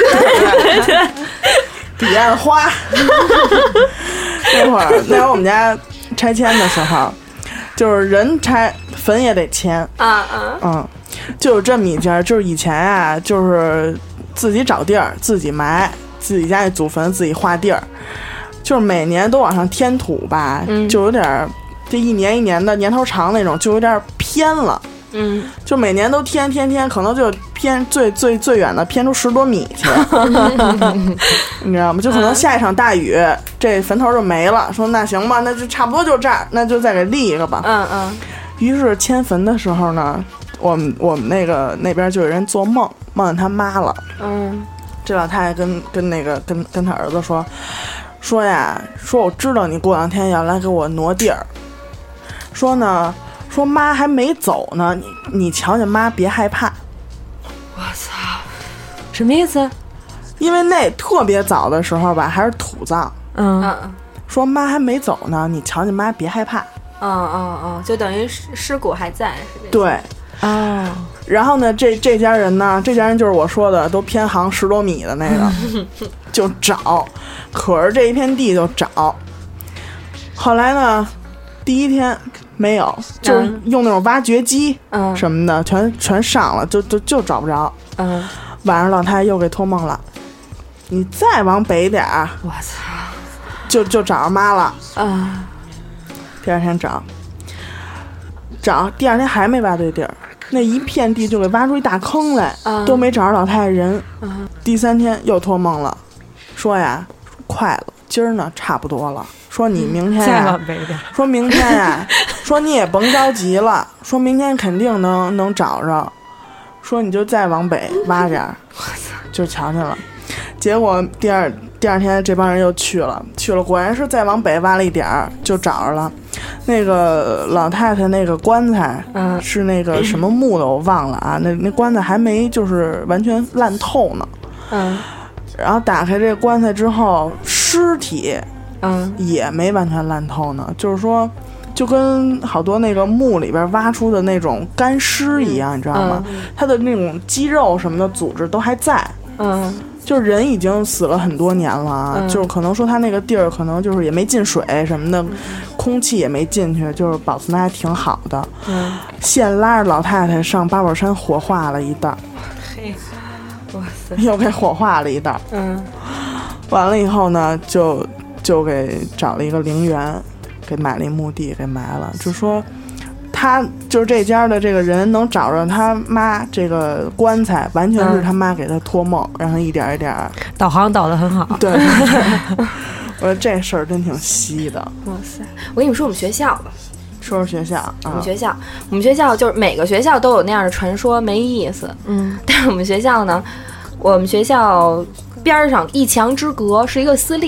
彼岸花。那会儿，那会儿我们家拆迁的时候，就是人拆坟也得迁。 啊啊。 嗯，就有这么一家，就是以前啊，就是自己找地儿，自己埋，自己家里祖坟，自己划地儿，就是每年都往上添土吧， 嗯、 就有点这一年一年的年头长那种，就有点偏了。 嗯， 就每年都添添添，可能就偏最最最远的偏出十多米去，你知道吗？就可能下一场大雨，嗯、这坟头就没了。说那行吧，那就差不多就这儿，那就再给立一个吧。 嗯嗯。 于是迁坟的时候呢，我们我们那个那边就有人做梦，梦见他妈了。 嗯， 这老太太跟跟那个跟跟他儿子说，说呀，说我知道你过两天要来给我挪地儿，说呢。说妈还没走呢，你你瞧见妈别害怕。 我操，什么意思？ 因为那特别早的时候吧，还是土葬。 嗯嗯。 说妈还没走呢，你瞧见妈别害怕。 嗯嗯嗯，就等于尸骨还在。 对。 哦。 然后呢，这这家人呢，这家人就是我说的，都偏航十多米的那个，就找，可是这一片地就找。后来呢，第一天。没有，就是用那种挖掘机什么的，嗯、全全上了，就就就找不着。 嗯， 晚上老太太又给托梦了，你再往北点儿， 我操， 就就找着妈了。 啊、嗯， 第二天找，找，第二天还没挖对地儿，那一片地就给挖出一大坑来，嗯、都没找着老太太人。 嗯， 第三天又托梦了，说呀，快了，今儿呢差不多了。说你明天呀、啊，说明天呀、啊，说你也甭着急了，说明天肯定能能找着，说你就再往北挖点儿，就瞧见了。结果第二第二天这帮人又去了，去了果然是再往北挖了一点儿就找着了。那个老太太那个棺材， 嗯， 是那个什么木的我忘了啊，那那棺材还没就是完全烂透呢， 嗯， 然后打开这个棺材之后，尸体。 嗯， 也没完全烂透呢，就是说，就跟好多那个墓里边挖出的那种干尸一样，嗯、你知道吗？嗯、它的那种肌肉什么的组织都还在， 嗯， 就是人已经死了很多年了啊， 嗯、 就是可能说他那个地儿可能就是也没进水什么的，嗯、空气也没进去，就是保存的还挺好的。 嗯， 现拉着老太太上八宝山火化了一袋， 嘿，哇塞， 又给火化了一袋。 嗯， 完了以后呢，就。就给找了一个陵园，给买了一墓地给埋了。就说他就是这家的这个人能找着他妈这个棺材，完全是他妈给他托梦，嗯、让他一点一点导航导得很好。 对，我说这事儿真挺稀的。 哇塞！我跟你们说我们学校吧， 说说学校，啊、 我们学校，我们学校就是每个学校都有那样的传说，没意思。 嗯， 但是我们学校呢，我们学校边上一墙之隔是一个私立。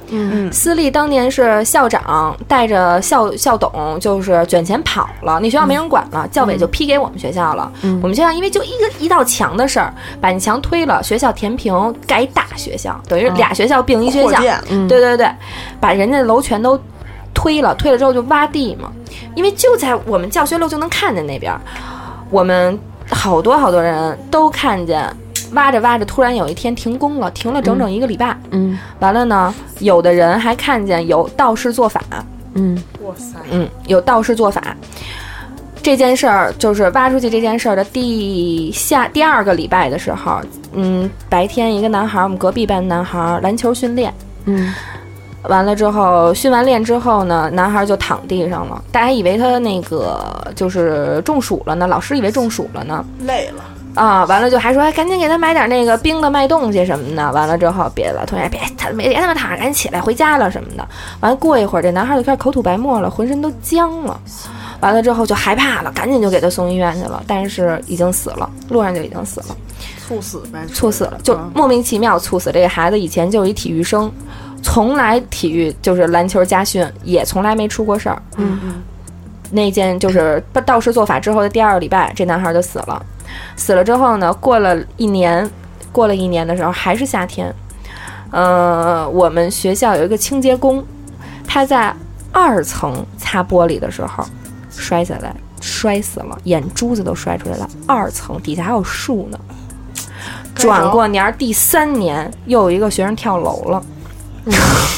嗯，私立当年是校长带着校校董就是卷钱跑了，那学校没人管了，嗯、教委就批给我们学校了。嗯，我们学校因为就一个一道墙的事儿，把你墙推了，学校填平盖大学校，等于俩学校并一学校。嗯、对对对，把人家的楼全都推了，推了之后就挖地嘛，因为就在我们教学楼就能看见那边，我们好多好多人都看见。挖着挖着，突然有一天停工了，停了整整一个礼拜。嗯，完了呢，有的人还看见有道士做法。嗯，哇塞，嗯，有道士做法。这件事儿就是挖出去这件事儿的第下第二个礼拜的时候，嗯，白天一个男孩，我们隔壁班男孩篮球训练。嗯，完了之后训完练之后呢，男孩就躺地上了，大家以为他那个就是中暑了呢，老师以为中暑了呢， 累了。 啊，完了就还说，哎，赶紧给他买点那个冰的脉动去什么的。完了之后，别了，同学别他别他们躺着，赶紧起来回家了什么的。完了过一会儿，这男孩就开始口吐白沫了，浑身都僵了。完了之后就害怕了，赶紧就给他送医院去了，但是已经死了，路上就已经死了， 猝死呗， 猝死了，就莫名其妙猝死。这个孩子以前就是一体育生，从来体育就是篮球家训，也从来没出过事儿。嗯嗯，那件就是道士做法之后的第二个礼拜，这男孩就死了。死了之后呢，过了一年，过了一年的时候还是夏天，呃，我们学校有一个清洁工，他在二层擦玻璃的时候摔下来，摔死了，眼珠子都摔出来了。二层底下还有树呢。转过年第三年，又有一个学生跳楼了。嗯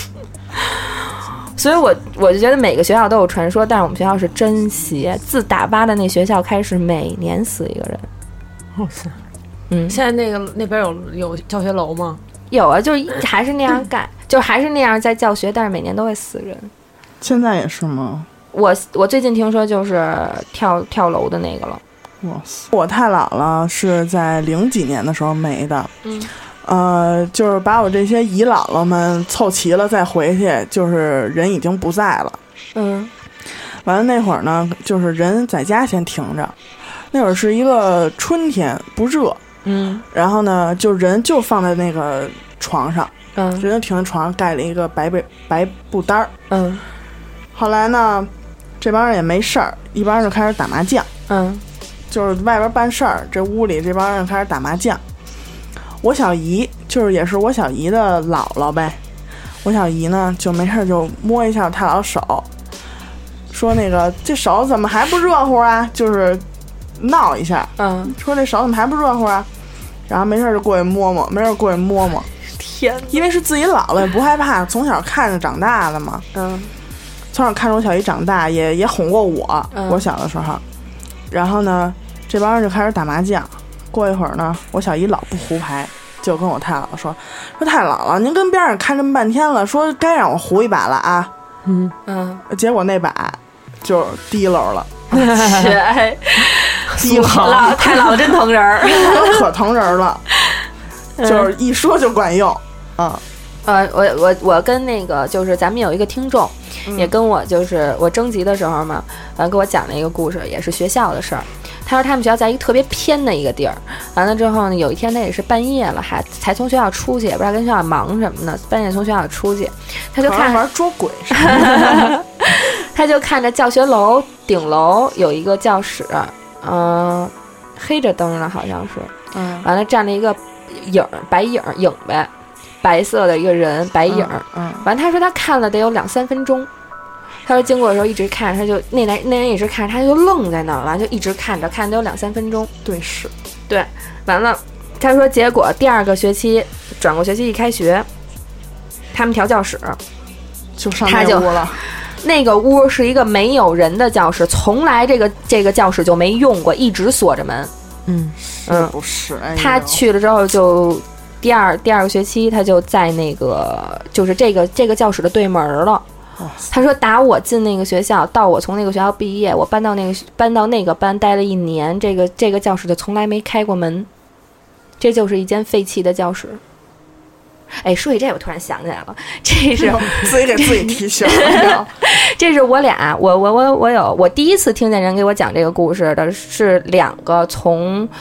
所以我我就觉得每个学校都有传说，但是我们学校是真邪。自打挖的那学校开始，每年死一个人。 哇塞！嗯，现在那个那边有有教学楼吗？ 有啊，就是还是那样盖，嗯、就还是那样在教学，但是每年都会死人。 现在也是吗？ 我我最近听说就是跳跳楼的那个了。 哇塞！我太姥姥是在零几年的时候没的。嗯。呃，就是把我这些姨姥姥们凑齐了再回去，就是人已经不在了。嗯，完了那会儿呢，就是人在家先停着。那会儿是一个春天，不热。嗯，然后呢，就人就放在那个床上，嗯，人就停在床上盖了一个白被白布单儿。嗯，后来呢，这帮人也没事儿，一帮人就开始打麻将。嗯，就是外边办事儿，这屋里这帮人开始打麻将。我小姨就是也是我小姨的姥姥呗，我小姨呢就没事就摸一下太姥手，说那个这手怎么还不热乎啊？就是闹一下，嗯，说这手怎么还不热乎啊？然后没事就过去摸摸，没事过去摸摸。天，因为是自己姥姥也不害怕，从小看着长大的嘛，嗯，从小看着我小姨长大，也也哄过我，嗯、我小的时候。然后呢，这帮人就开始打麻将。过一会儿呢，我小姨老不胡牌，就跟我太姥姥说：“说太姥姥，您跟边上看这么半天了，说该让我胡一把了啊。”嗯嗯，结果那把就提溜了。 是， 提溜了，太姥姥真疼人儿， 可疼人了，就是一说就管用。嗯， 呃，我我我跟那个就是咱们有一个听众，嗯、也跟我就是我征集的时候嘛，呃，给我讲了一个故事，也是学校的事儿。他说他们学校在一个特别偏的一个地儿，完了之后呢，有一天他也是半夜了，还才从学校出去，也不知道跟学校忙什么呢，半夜从学校出去，他就看玩捉鬼什么的， 他就看着教学楼顶楼有一个教室，嗯、呃，黑着灯了好像是，嗯，完了站了一个影白影影呗，白色的一个人白影，嗯，嗯完了他说他看了得有两三分钟。他说经过的时候一直看，他就那男那人一直看，他就愣在那儿，完了就一直看着，看得有两三分钟。 对，是， 对，完了，他说结果第二个学期转过学期一开学，他们调教室， 就上那屋了。 那个屋是一个没有人的教室，从来这个这个教室就没用过，一直锁着门。 嗯嗯，不是，哎、 他去了之后就第二第二个学期他就在那个就是这个这个教室的对门了。他说打我进那个学校到我从那个学校毕业，我搬到那个搬到那个班待了一年，这个这个教室就从来没开过门，这就是一间废弃的教室。哎，说起这我突然想起来了，这是自己给自己提醒这是我俩我我我我有我第一次听见人给我讲这个故事的是两个从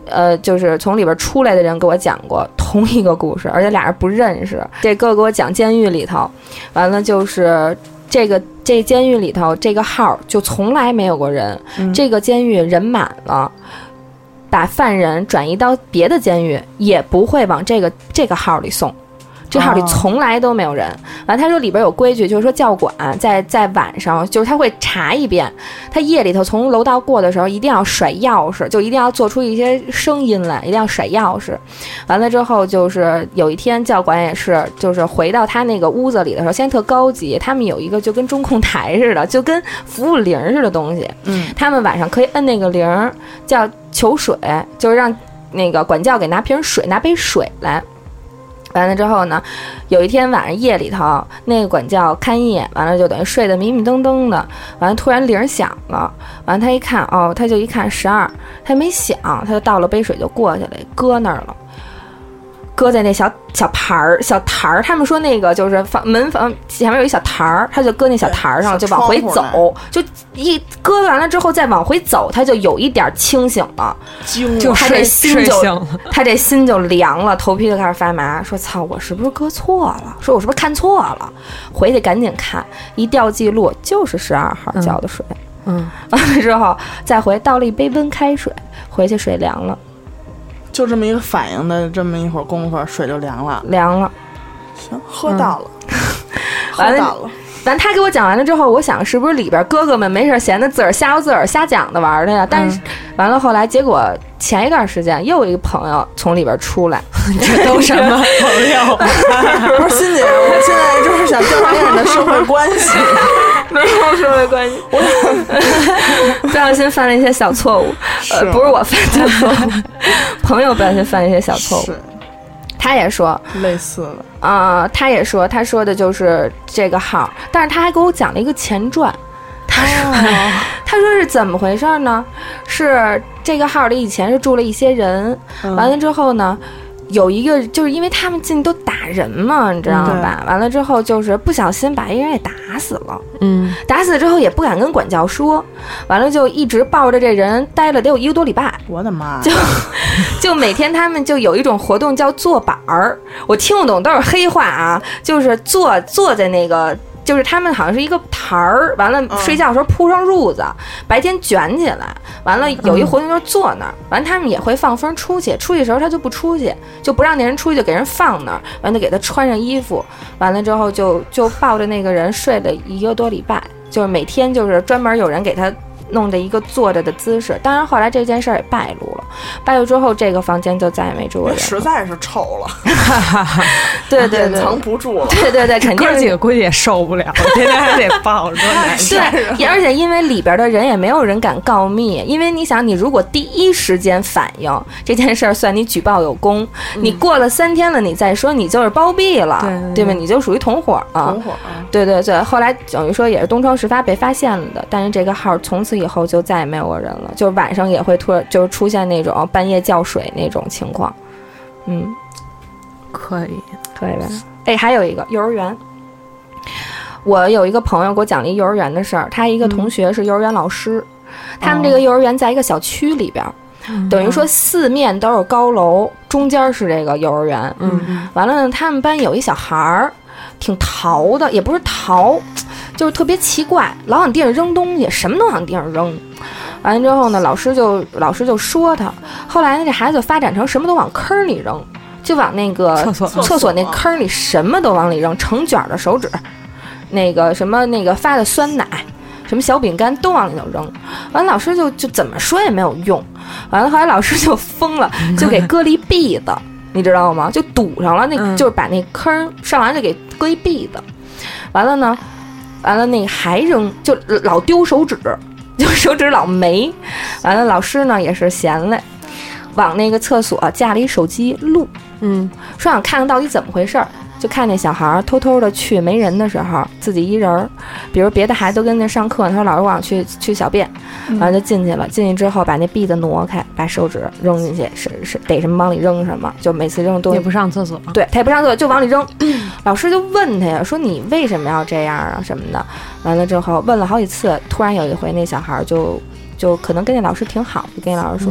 呃，就是从里边出来的人给我讲过同一个故事，而且俩人不认识。这哥给我讲监狱里头，完了就是这个这监狱里头这个号就从来没有过人，嗯、这个监狱人满了，把犯人转移到别的监狱也不会往这个这个号里送。这号里从来都没有人。完、哦，他说里边有规矩，就是说教管在在晚上，就是他会查一遍。他夜里头从楼道过的时候，一定要甩钥匙，就一定要做出一些声音来，一定要甩钥匙。完了之后，就是有一天教管也是，就是回到他那个屋子里的时候，现在特高级，他们有一个就跟中控台似的，就跟服务铃似的东西。嗯，他们晚上可以摁那个铃，叫求水，就是让那个管教给拿瓶水，拿杯水来。完了之后呢，有一天晚上夜里头，那个管教看夜，完了就等于睡得迷迷瞪瞪的，完了突然铃响了，完了他一看，哦，他就一看十二，他没响，他就倒了杯水就过去了，搁那儿了。搁在那小小盘儿、小台儿，他们说那个就是房门房前面有一小台儿，他就搁那小台儿上就往回走，就一搁完了之后再往回走，他就有一点清醒了， 就他这心就他这心就凉了，头皮就开始发麻，说操，我是不是搁错了？说我是不是看错了？回去赶紧看，一调记录就是十二号浇的水，嗯，完了之后再回倒了一杯温开水，回去水凉了。 就这么一个反应的，这么一会儿功夫，水就凉了， 凉了。 行，喝到了，嗯、喝到了。 完，他给我讲完了之后，我想是不是里边哥哥们没事闲的自个儿瞎自个儿瞎讲的玩的呀？但是、嗯、完了后来，结果前一段时间又有一个朋友从里边出来， 这都什么朋友？ 不是欣姐，我现在就是想调查一下你的社会关系。 没有社会关系，不小心犯了一些小错误，呃，不是我犯的错误，朋友不小心犯了一些小错误。他也说类似的啊、呃，他也说，他说的就是这个号，但是他还给我讲了一个前传。他说，哦、他说是怎么回事呢？是这个号里以前是住了一些人，嗯、完了之后呢。有一个就是因为他们进去都打人嘛，你知道吧？嗯、完了之后就是不小心把一人给打死了，嗯，打死之后也不敢跟管教说，完了就一直抱着这人待了得有一个多礼拜。 我的妈！ 就就每天他们就有一种活动叫坐板儿，我听不懂都是黑话啊，就是坐坐在那个。就是他们好像是一个台儿，完了睡觉的时候铺上褥子，嗯、白天卷起来，完了有一活动就是坐那儿，完了他们也会放风出去，出去的时候他就不出去，就不让那人出去，就给人放那儿，完了给他穿上衣服，完了之后就就抱着那个人睡了一个多礼拜，就是每天就是专门有人给他弄着一个坐着的姿势。当然后来这件事儿也败露了，败露之后这个房间就再也没住过人， 实在是臭了。 对对对， 隐藏不住了。 对对对，肯定哥几个估计也受不了，天天还得抱着，多难受。 对，而且因为里边的人也没有人敢告密，因为你想，你如果第一时间反应这件事儿，算你举报有功。嗯、你过了三天了，你再说，你就是包庇了，对, 对, 对吧？你就属于同伙啊。 同伙啊。 对对对，后来等于说也是东窗事发被发现了的，但是这个号从此以后就再也没有人了，就是晚上也会突然就是出现那种半夜叫水那种情况。嗯， 可以， 可以吧？哎，还有一个幼儿园，我有一个朋友给我讲了一幼儿园的事儿，他一个同学是幼儿园老师，嗯、他们这个幼儿园在一个小区里边。嗯、等于说四面都是高楼，中间是这个幼儿园。嗯，完了呢，他们班有一小孩儿，挺淘的，也不是淘，就是特别奇怪，老往地上扔东西，什么都往地上扔。完了之后呢，老师就老师就说他，后来呢，这孩子就发展成什么都往坑里扔，就往那个厕所厕所那坑里什么都往里扔，成卷的手指，那个什么那个发的酸奶。什么小饼干都往里头扔，完了老师就就怎么说也没有用，完了后来老师就疯了，就给搁了一篦子，你知道吗？就堵上了，那、嗯、就是把那坑上完就给搁一篦子，完了呢，完了那个还扔，就老丢手指，就手指老没，完了老师呢也是闲来，往那个厕所架了一手机录，嗯，说想看看到底怎么回事儿。就看那小孩偷偷的去没人的时候自己一人，比如别的孩子都跟那上课，他说老师我想去去小便，完了就进去了，进去之后把那篦子挪开，把手指扔进去，是是逮什么往里扔什么，就每次扔东西也不上厕所， 对他也不上厕所就往里扔。老师就问他呀，说你为什么要这样啊什么的，完了之后问了好几次，突然有一回那小孩就就可能跟那老师挺好，就跟那老师说。嗯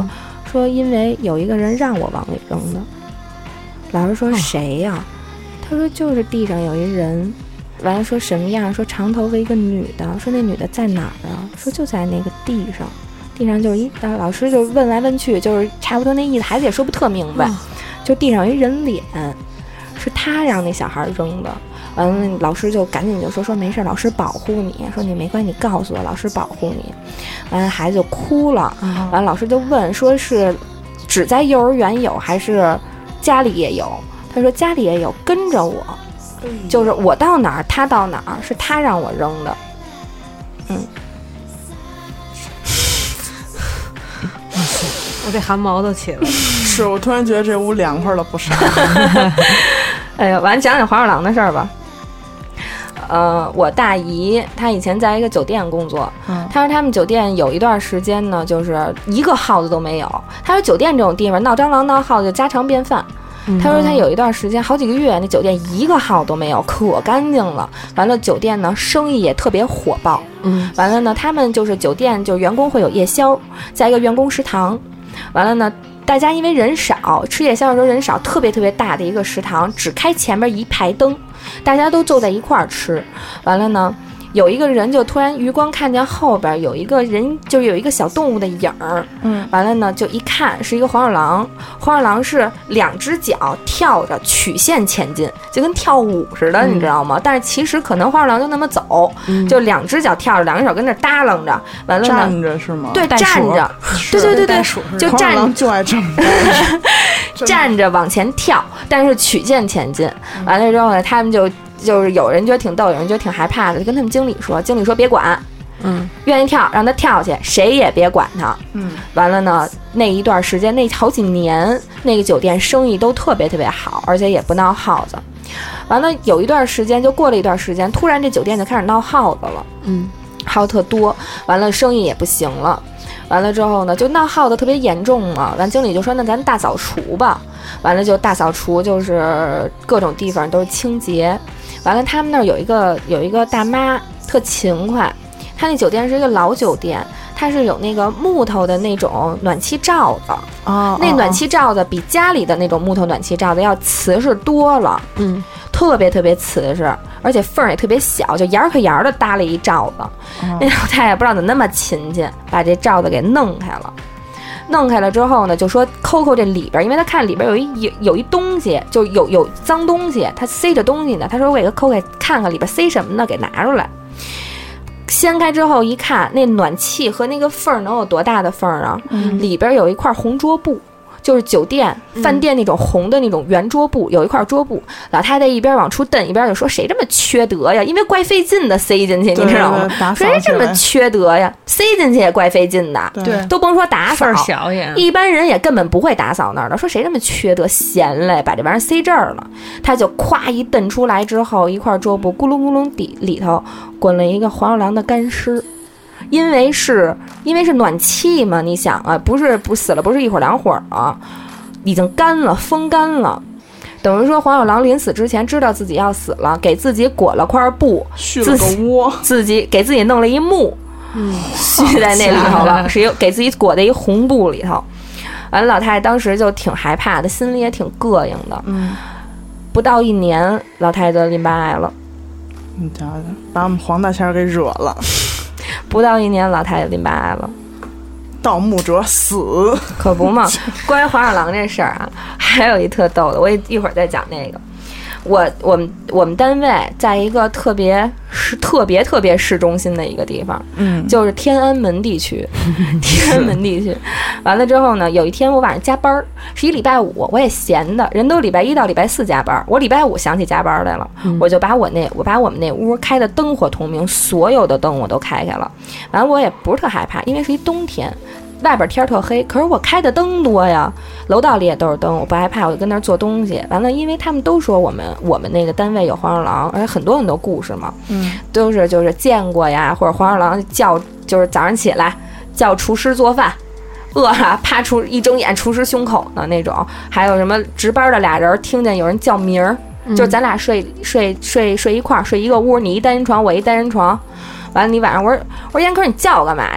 说因为有一个人让我往里扔的。老师说谁呀、啊？他说就是地上有一人。完了说什么样？说长头发一个女的，说那女的在哪儿啊？说就在那个地上，地上就是一，老师就问来问去，就是差不多那意思，孩子也说不特明白，就地上有一人脸，是他让那小孩扔的。完了，老师就赶紧就说说没事，老师保护你，说你没关系，你告诉我，老师保护你。完了，孩子就哭了。完了，老师就问说是只在幼儿园有还是家里也有？他说家里也有，跟着我。就是我到哪儿他到哪儿，是他让我扔的。嗯， 我这汗毛都起来了。 是我突然觉得这屋凉快了不少。 哎呀，完讲讲黄鼠狼的事儿吧。呃，我大姨她以前在一个酒店工作，嗯，她说他们酒店有一段时间呢，就是一个耗子都没有。她说酒店这种地方闹蟑螂闹耗子就家常便饭。他说他有一段时间好几个月那酒店一个号都没有，可干净了。完了酒店呢生意也特别火爆。嗯，完了呢他们就是酒店就员工会有夜宵，在一个员工食堂。完了呢大家因为人少，吃夜宵的时候人少，特别特别大的一个食堂，只开前面一排灯，大家都坐在一块儿吃。完了呢有一个人就突然余光看见后边有一个人，就有一个小动物的影儿，嗯，完了呢就一看是一个黄鼠狼，黄鼠狼是两只脚跳着曲线前进，就跟跳舞似的，嗯、你知道吗？但是其实可能黄鼠狼就那么走，嗯、就两只脚跳着，两只手跟那耷楞着，完了呢站着是吗？ 对，站着，对对对对，就站着就爱这么站着往前跳，但是曲线前进。完了之后呢，他们就。就是有人觉得挺逗，有人觉得挺害怕的，就跟他们经理说，经理说别管，嗯，愿意跳让他跳去，谁也别管他，嗯。完了呢，那一段时间，那好几年，那个酒店生意都特别特别好，而且也不闹耗子。完了有一段时间，就过了一段时间，突然这酒店就开始闹耗子了，嗯，耗子特多，完了生意也不行了。完了之后呢，就闹耗子特别严重嘛。完，经理就说：“那咱大扫除吧。”完了就大扫除，就是各种地方都是清洁。完了，他们那儿有一个有一个大妈特勤快，她那酒店是一个老酒店，它是有那个木头的那种暖气罩子，哦，那暖气罩子比家里的那种木头暖气罩子要瓷实多了，嗯，特别特别瓷实，而且缝儿也特别小，就沿儿可沿儿的搭了一罩子。哦、那老太太不知道怎么那么勤勤，把这罩子给弄开了。弄开了之后呢，就说抠抠这里边，因为他看里边有一有有一东西，就有有脏东西，他塞着东西呢。他说我给他抠开看看里边塞什么呢，给拿出来。掀开之后一看，那暖气和那个缝能有多大的缝啊？嗯、里边有一块红桌布。就是酒店、饭店那种红的那种圆桌布，有一块桌布，老太太一边往出蹬，一边就说：“谁这么缺德呀？因为怪费劲的塞进去，你知道吗？谁这么缺德呀？塞进去也怪费劲的， 对， 都甭说打扫， 小也一般人也根本不会打扫那儿的。说谁这么缺德，闲嘞，把这玩意儿塞这儿了。他就咵一蹬出来之后，一块桌布咕噜咕噜底里头滚了一个黄鼠狼的干尸。”因为是因为是暖气嘛，你想啊，不是不死了，不是一会儿两会儿啊，已经干了，风干了，等于说黄鼠狼临死之前知道自己要死了，给自己裹了块布， 续了个窝， 自己给自己弄了一墓，嗯，续在那里头了，是一给自己裹在一红布里头。完了，老太太当时就挺害怕的，心里也挺膈应的。嗯，不到一年，老太太得淋巴癌了。 你瞧瞧，把我们黄大仙给惹了。 不到一年，老太太淋巴癌了， 盗墓者死， 可不嘛。关于黄鼠狼这事儿啊，还有一特逗的，我也一会儿再讲那个。我我们我们单位在一个特别是特别特别市中心的一个地方，嗯，就是天安门地区，天安门地区。完了之后呢，有一天我晚上加班，是一礼拜五，我也闲的，人都礼拜一到礼拜四加班，我礼拜五想起加班来了，嗯、我就把我那我把我们那屋开的灯火通明，所有的灯我都开开了。完了我也不是特害怕，因为是一冬天。外边天特黑，可是我开的灯多呀，楼道里也都是灯，我不害怕，我就跟那儿做东西。完了，因为他们都说我们我们那个单位有黄鼠狼，而且很多很多故事嘛，嗯，都是就是见过呀，或者黄鼠狼叫，就是早上起来叫厨师做饭，饿了啪出一睁眼厨师胸口的那种，还有什么值班的俩人听见有人叫名儿，嗯、就是咱俩睡睡睡睡一块儿，睡一个屋，你一单人床，我一单人床，完了你晚上我说我说严科你叫我干嘛呀？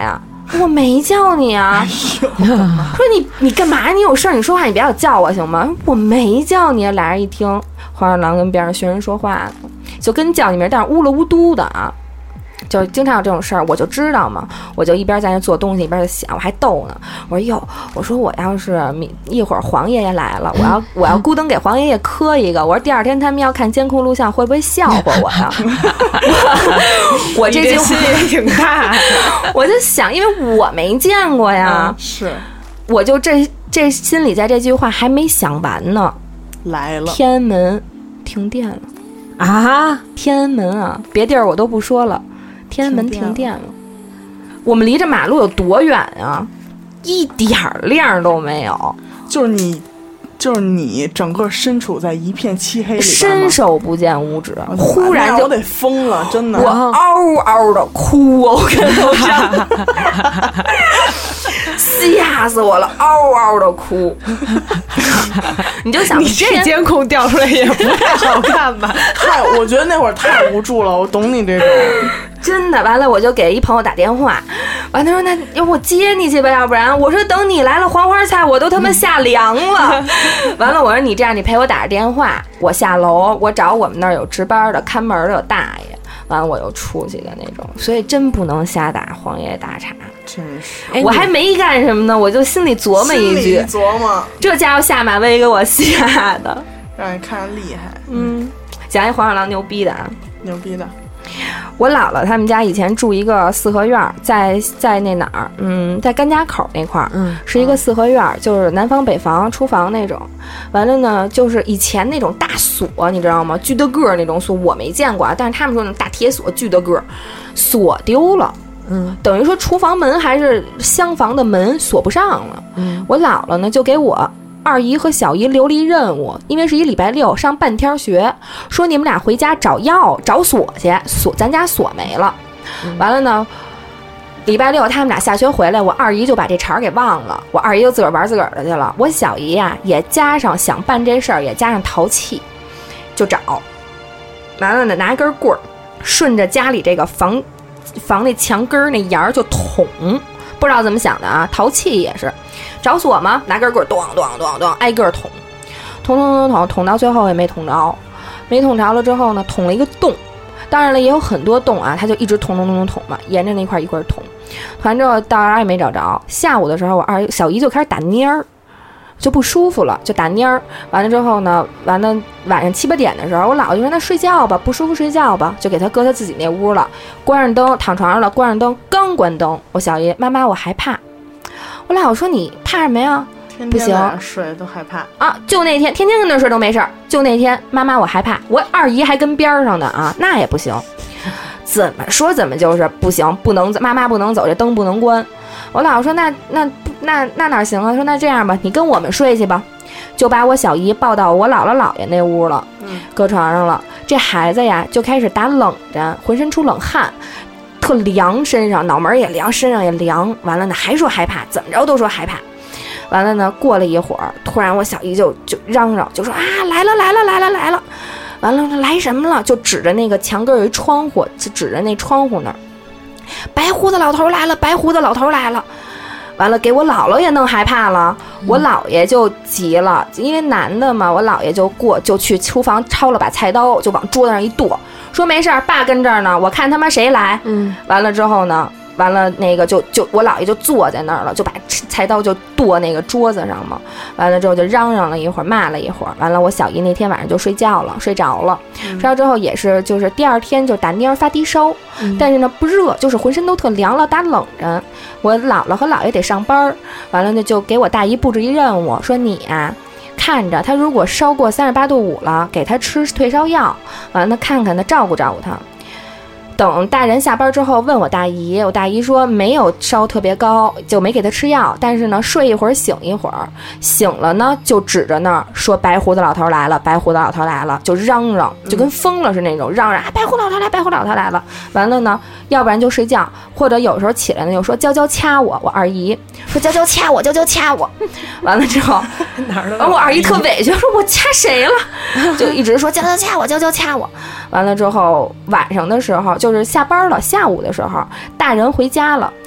我没叫你啊！ 哎、说你你干嘛？你有事儿你说话，你别老叫我行吗？我没叫你。俩人一听，黄二郎跟边上学人说话，就跟叫你名，但是呜了呜嘟的啊。就是经常有这种事儿，我就知道嘛，我就一边在那做东西一边就想，我还逗呢。我说哟，我说我要是一会儿黄爷爷来了，我要我要咕噔给黄爷爷磕一个。我说第二天他们要看监控录像，会不会笑话我呀？我, 我这句话也挺大， 我就想，因为我没见过呀， 嗯、是， 我就这这心里在这句话还没想完呢， 来了， 天安门停电了啊！ 天安门啊，别地儿我都不说了。天安门停电了，我们离着马路有多远啊？一点亮都没有。 就是你，就是你，整个身处在一片漆黑里， 伸手不见五指，忽然就我得疯了，真的， 我嗷嗷的哭，我跟楼上，吓死我了，嗷嗷的哭。你就想， 你这监控调出来也不太好看吧？ 太，我觉得那会儿太无助了，我懂你这种。 真的，完了我就给一朋友打电话，完他说那要不我接你去吧，要不然我说等你来了黄花菜我都他妈下凉了。完了我说你这样你陪我打个电话，我下楼我找我们那儿有值班的看门的有大爷，完了我又出去的那种，所以真不能瞎打黄爷大岔。 真是， 我还没干什么呢，我就心里琢磨一句， 琢磨这家伙下马威给我下的， 让你看着厉害。 嗯，讲一黄鼠狼牛逼的啊， 牛逼的。 我姥姥他们家以前住一个四合院，在在那哪儿，嗯，在甘家口那块儿， 嗯， 是一个四合院，就是南房北房厨房那种。完了呢，就是以前那种大锁，你知道吗？巨大个儿那种锁，我没见过，但是他们说那种大铁锁，巨大个儿，锁丢了。 嗯， 等于说厨房门还是厢房的门锁不上了。 嗯， 我姥姥呢就给我二姨和小姨留了一任务，因为是一礼拜六上半天学，说你们俩回家找钥找锁去，锁咱家锁没了。嗯、完了呢，礼拜六他们俩下学回来，我二姨就把这茬给忘了，我二姨就自个儿玩自个儿的去了。我小姨呀、啊、也加上想办这事儿，也加上淘气，就找。完了呢，拿根棍儿顺着家里这个房房那墙根儿那沿儿就捅，不知道怎么想的啊，淘气也是。找锁吗？拿根棍儿咚咚咚咚挨个捅，捅捅捅捅捅到最后也没捅着，没捅着了之后呢，捅了一个洞。当然了，也有很多洞啊，他就一直捅捅捅捅捅嘛，沿着那块一块捅。捅完之后到那也没找着。下午的时候，我二小姨就开始打蔫儿，就不舒服了，就打蔫儿。完了之后呢，完了晚上七八点的时候，我姥姥就说那睡觉吧，不舒服睡觉吧，就给她搁她自己那屋了，关上灯，躺床上了，关上灯，刚关灯，我小姨妈妈我害怕。我姥姥说你怕什么呀？ 天天不行， 睡都害怕啊！就那天天天跟那睡都没事儿，就那天妈妈我害怕，我二姨还跟边上呢啊，那也不行。怎么说怎么就是不行，不能妈妈不能走，这灯不能关。我姥姥说那那那那哪行啊？说那这样吧，你跟我们睡去吧，就把我小姨抱到我姥姥姥爷那屋了， 嗯， 搁床上了。这孩子呀就开始打冷战，浑身出冷汗。特凉，身上脑门也凉，身上也凉。完了呢，还说害怕，怎么着都说害怕。完了呢，过了一会儿，突然我小姨就就嚷嚷，就说啊来了来了来了来了。完了来什么了？就指着那个墙根有一窗户，就指着那窗户那儿，白胡子老头来了，白胡子老头来了。完了，给我姥姥也弄害怕了，我姥爷就急了，因为男的嘛，我姥爷就过就去厨房抄了把菜刀，就往桌子上一剁，说没事儿，爸跟这儿呢，我看他妈谁来。嗯，完了之后呢，完了那个就就我姥爷就坐在那儿了，就把菜刀就剁那个桌子上嘛。完了之后就嚷嚷了一会儿，骂了一会儿。完了，我小姨那天晚上就睡觉了，睡着了。嗯、睡着之后也是就是第二天就打蔫发低烧，嗯、但是呢不热，就是浑身都特凉了，打冷战。我姥姥和姥爷得上班，完了呢就给我大姨布置一任务，说你啊看着他如果烧过三十八度五了，给他吃退烧药，完了看看他照顾照顾他。等大人下班之后问我大姨，我大姨说没有烧特别高，就没给他吃药，但是呢睡一会儿醒一会儿，醒了呢就指着那儿说白胡子老头来了，白胡子老头来了，就嚷嚷，就跟疯了似的那种嚷嚷，啊白胡子老头来，白胡子老头来了。完了呢，要不然就睡觉，或者有时候起来呢又说娇娇掐我，我二姨说娇娇掐我，娇娇掐我。完了之后哪儿都我二姨特委屈，说我掐谁了，就一直说娇娇掐我，娇娇掐我。完了之后晚上的时候就是下班了，下午的时候大人回家了，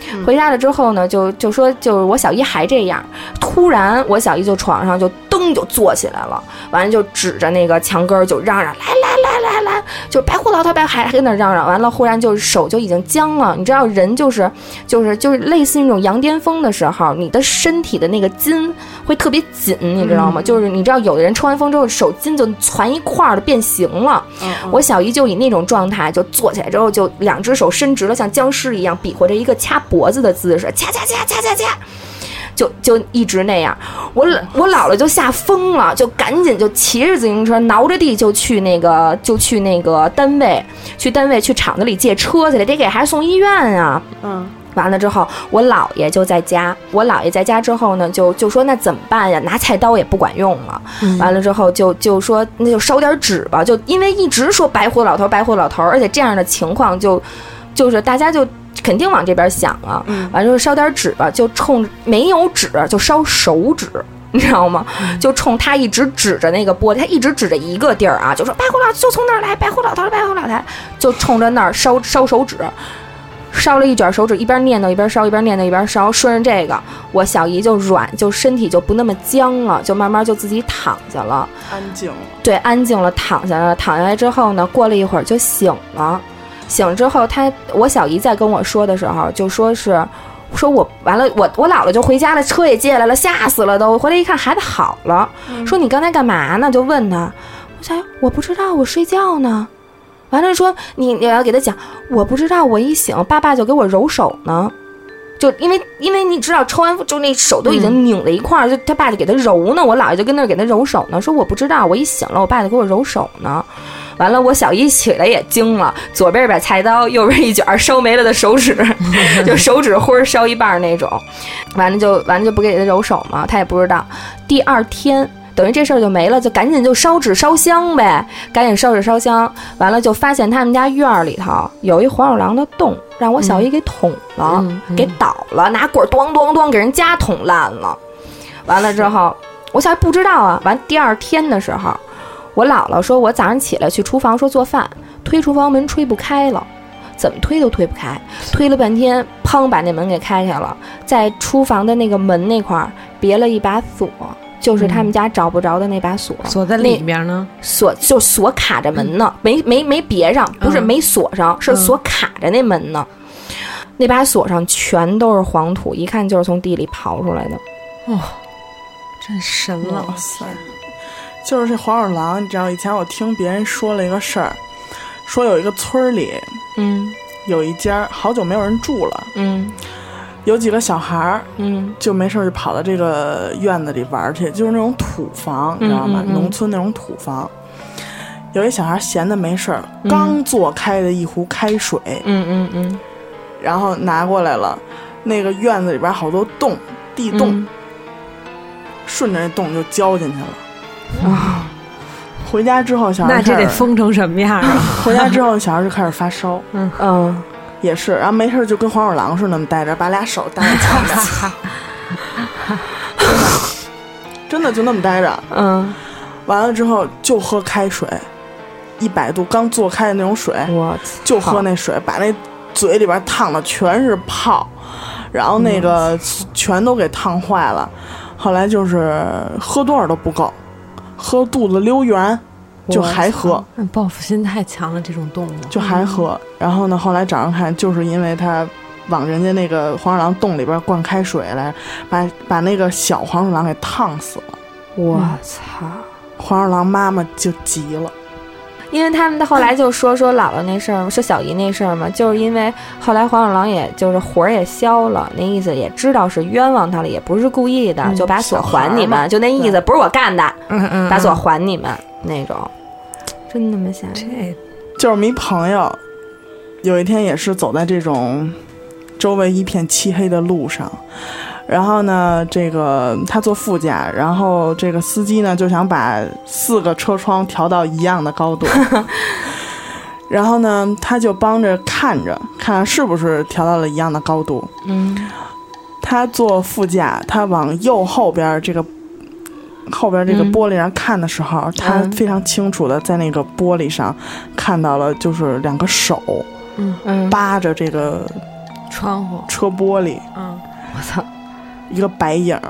回家了之后呢，就就说就是我小姨还这样，突然我小姨就床上就噔就坐起来了，完了就指着那个墙根就嚷嚷来来来来来，就白胡老头白还还跟那嚷嚷，完了忽然就手就已经僵了，你知道人就是就是就是类似于那种羊癫疯的时候，你的身体的那个筋会特别紧，你知道吗？嗯、就是你知道有的人抽完风之后手筋就攒一块儿的变形了，嗯嗯我小姨就以那种状态就坐起来之后就两只手伸直了，像僵尸一样比划着一个掐脖子的姿势，掐掐掐掐掐掐。就就一直那样，我我姥姥就吓疯了，就赶紧就骑着自行车挠着地就去那个就去那个单位，去单位去厂子里借车去了，得给孩子送医院啊。嗯，完了之后，我姥爷就在家，我姥爷在家之后呢，就就说那怎么办呀？拿菜刀也不管用了。嗯、完了之后就就说那就烧点纸吧，就因为一直说白胡老头白胡老头，而且这样的情况就就是大家就。肯定往这边想啊，嗯、完了就烧点纸吧，就冲没有纸就烧手指，你知道吗？嗯、就冲他一直指着那个玻璃，他一直指着一个地儿啊，就说白胡老就从那儿来，白胡老头白胡老太，就冲着那儿烧烧手指，烧了一卷手指，一边念叨一边烧，一边念叨一边烧，顺着这个，我小姨就软，就身体就不那么僵了，就慢慢就自己躺下了， 安静了， 对，安静了，躺下了，躺下来之后呢，过了一会儿就醒了。醒之后，他我小姨在跟我说的时候，就说是，说我完了，我我姥姥就回家了，车也借来了，吓死了都。回来一看，孩子好了，嗯、说你刚才干嘛呢？就问他，我想我不知道，我睡觉呢。完了说你你要给他讲，我不知道，我一醒，爸爸就给我揉手呢。就因为因为你知道抽完就那手都已经拧在一块儿，嗯、就他爸就给他揉呢，我姥爷就跟那儿给他揉手呢，说我不知道，我一醒了，我爸就给我揉手呢。完了，我小姨起来也惊了，左边一把菜刀，右边一卷烧没了的手指，就手指灰烧一半那种。完了就完了就不给他揉手嘛，他也不知道。第二天等于这事儿就没了，就赶紧就烧纸烧香呗，赶紧烧纸烧香。完了就发现他们家院里头有一黄鼠狼的洞，让我小姨给捅了，嗯嗯、给倒了，拿棍儿咣咣咣给人家捅烂了。完了之后，我小姨不知道啊。完第二天的时候。我姥姥说我早上起来去厨房说做饭，推厨房门推不开了，怎么推都推不开，推了半天砰把那门给开开了，在厨房的那个门那块儿别了一把锁，就是他们家找不着的那把锁， 锁在里面呢， 锁就锁卡着门呢，没没没别上，不是没锁上，是锁卡着那门呢，那把锁上全都是黄土，一看就是从地里刨出来的。 哦，真神了， 哇塞！就是这黄鼠狼，你知道以前我听别人说了一个事儿，说有一个村里，嗯，有一家好久没有人住了，嗯，有几个小孩儿，嗯，就没事就跑到这个院子里玩去，就是那种土房，你知道吗？嗯嗯嗯农村那种土房。有一小孩闲的没事儿，嗯、刚做开的一壶开水，嗯嗯嗯，然后拿过来了，那个院子里边好多洞，地洞，嗯、顺着那洞就浇进去了。啊！回家之后，小孩那这得疯成什么样啊？ 回家之后，小孩就开始发烧。嗯嗯，也是，然后没事就跟黄鼠狼似的那么待着，把俩手搭在墙上，真的就那么待着。嗯，完了之后就喝开水，一百度刚做开的那种水，我就喝那水，把那嘴里边烫的全是泡，然后那个全都给烫坏了。后来就是喝多少都不够。喝肚子溜圆，就还喝， 报复心太强了，这种动物就还喝。嗯、然后呢，后来找人看，就是因为他往人家那个黄鼠狼洞里边灌开水来，把把那个小黄鼠狼给烫死了。 我操！ 黄鼠狼妈妈就急了。 因为他们后来就说说姥姥那事儿，说小姨那事儿嘛，就是因为后来黄鼠狼也就是火儿也消了，那意思也知道是冤枉他了，也不是故意的，嗯、就把锁还你们，就那意思，不是我干的，嗯嗯，把锁还你们那种，真他妈吓人。 这就是我们一朋友，有一天也是走在这种周围一片漆黑的路上。然后呢，这个他坐副驾，然后这个司机呢就想把四个车窗调到一样的高度，然后呢他就帮着看着，看是不是调到了一样的高度。嗯，他坐副驾，他往右后边这个后边这个玻璃上看的时候，嗯、他非常清楚的在那个玻璃上看到了，就是两个手，嗯嗯，扒着这个窗户车玻璃， 嗯，我操， 一个白影。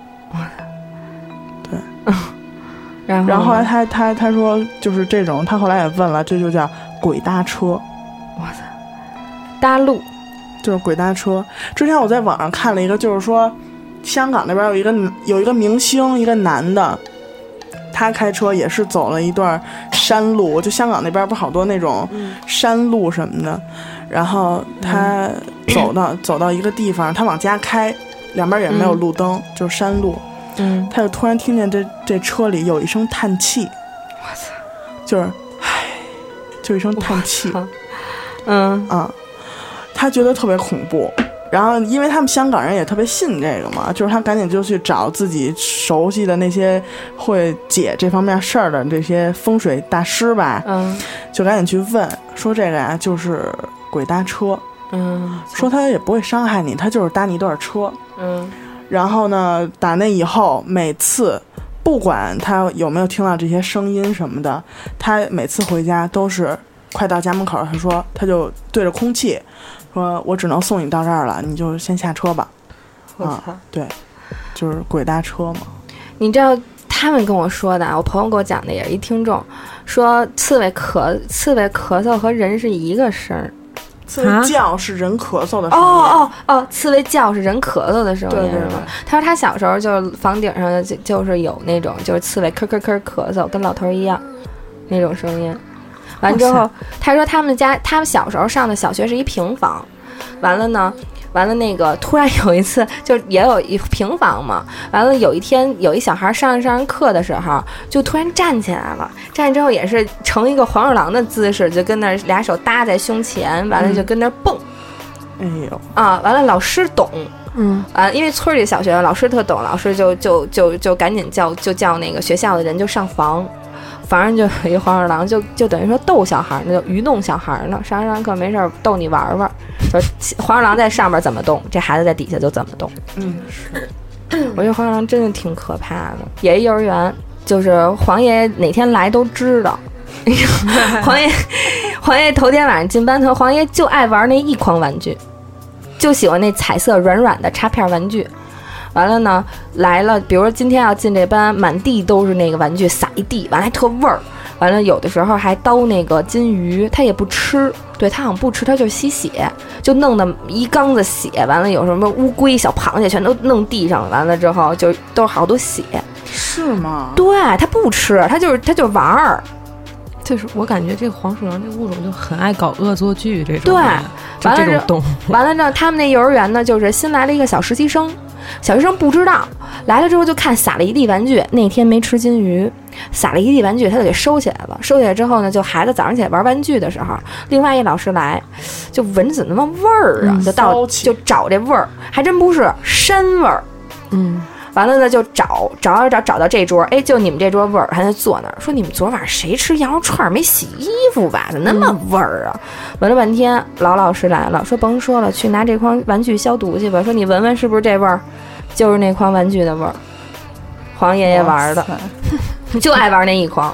对， 然后然后后来他他他说就是这种，他后来也问了，这就叫鬼搭车。 我操，搭路就是鬼搭车。之前我在网上看了一个，就是说香港那边有一个有一个明星，一个男的，他开车也是走了一段山路，就香港那边不好多那种山路什么的，然后他走到、嗯、走到一个地方，他往家开，两边也没有路灯、嗯、就是山路， 嗯， 他就突然听见这这车里有一声叹气， 我操， 就是唉，就一声叹气， 嗯啊，他觉得特别恐怖。然后因为他们香港人也特别信这个嘛，就是他赶紧就去找自己熟悉的那些会解这方面事儿的这些风水大师吧， 嗯， 就赶紧去问，说这个呀就是鬼搭车， 嗯， 说他也不会伤害你，他就是搭你一段车， 嗯， 然后呢，打那以后每次不管他有没有听到这些声音什么的，他每次回家都是快到家门口，他说他就对着空气说，我只能送你到这儿了，你就先下车吧。 我操、 啊，对，就是鬼搭车嘛。 你知道他们跟我说的，我朋友给我讲的也是一听众说，刺猬咳刺猬咳嗽和人是一个声儿， 刺猬叫是人咳嗽的声音。 哦哦哦，刺猬叫是人咳嗽的声音， 对对对。 他说他小时候就房顶上就就是有那种就是刺猬咳咳咳咳嗽，跟老头一样那种声音。完之后，他说他们家他们小时候上的小学是一平房，完了呢，完了那个突然有一次就也有一平房嘛，完了有一天有一小孩上上课的时候就突然站起来了，站之后也是成一个黄鼠狼的姿势，就跟那俩手搭在胸前，完了就跟那蹦， 嗯、哎呦啊，完了老师懂。 嗯啊，因为村里小学老师特懂，老师就就就就赶紧叫就叫那个学校的人就上房。反正就有一黄鼠狼，就就等于说逗小孩，那就愚弄小孩呢。上上课没事逗你玩玩，说黄鼠狼在上面怎么动，这孩子在底下就怎么动。 嗯，是。 我觉得黄鼠狼真的挺可怕的。也一幼儿园，就是黄爷哪天来都知道。黄爷，黄爷头天晚上进班，头黄爷就爱玩那一筐玩具，就喜欢那彩色软软的插片玩具。完了呢，来了，比如说今天要进这班，满地都是那个玩具，撒一地，完了还特味儿。完了有的时候还叨那个金鱼，他也不吃，对他好像不吃，他就吸血，就弄得一缸子血。完了有什么乌龟、小螃蟹全都弄地上，完了之后就都是好多血。 是吗？ 对，他不吃，他就是他就玩儿。 就是我感觉这个黄鼠狼这物种就很爱搞恶作剧这种。 对， 就这种动物。 完了之后，他们那幼儿园呢，就是新来了一个小实习生。小学生不知道，来了之后就看撒了一地玩具，那天没吃金鱼，撒了一地玩具，他就给收起来了。收起来之后呢，就孩子早上起来玩玩具的时候，另外一老师来，就闻怎么那么味儿啊、嗯，就到就找这味儿，还真不是膻味儿。 嗯， 完了呢就找找找找找到这桌，哎，就你们这桌味儿，还在坐那儿说你们昨晚上谁吃羊肉串没洗衣服吧？怎么那么味儿啊？闻了半天，老老师来了，说甭说了，去拿这筐玩具消毒去吧。说你闻闻是不是这味儿？就是那筐玩具的味儿，黄爷爷玩的，就爱玩那一筐，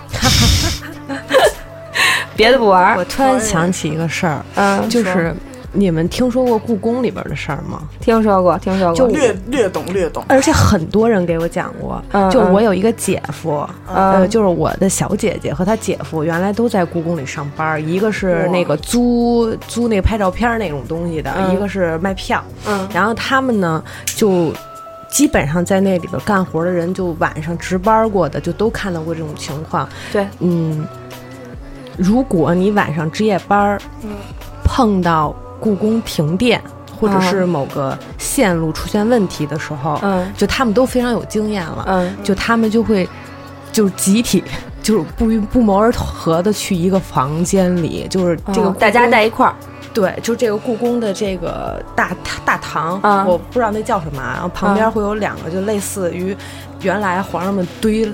别的不玩。 我突然想起一个事儿， 嗯， 就是你们听说过故宫里边的事儿吗？ 听说过，听说过， 就略略懂略懂。 而且很多人给我讲过， 嗯、 就我有一个姐夫， 嗯、 呃，就是我的小姐姐和她姐夫原来都在故宫里上班，一个是那个租租那个拍照片那种东西的， 嗯、 一个是卖票。 嗯， 然后他们呢就。基本上在那里边干活的人，就晚上值班过的，就都看到过这种情况。 对， 嗯，如果你晚上值夜班， 嗯， 碰到故宫停电，或者是某个线路出现问题的时候， 嗯， 就他们都非常有经验了， 嗯， 就他们就会就是集体，就是不不谋而合的去一个房间里，就是这个、 哦、大家在一块儿。 对，就这个故宫的这个大大堂、 嗯， 我不知道那叫什么，然后旁边会有两个，就类似于原来皇上们堆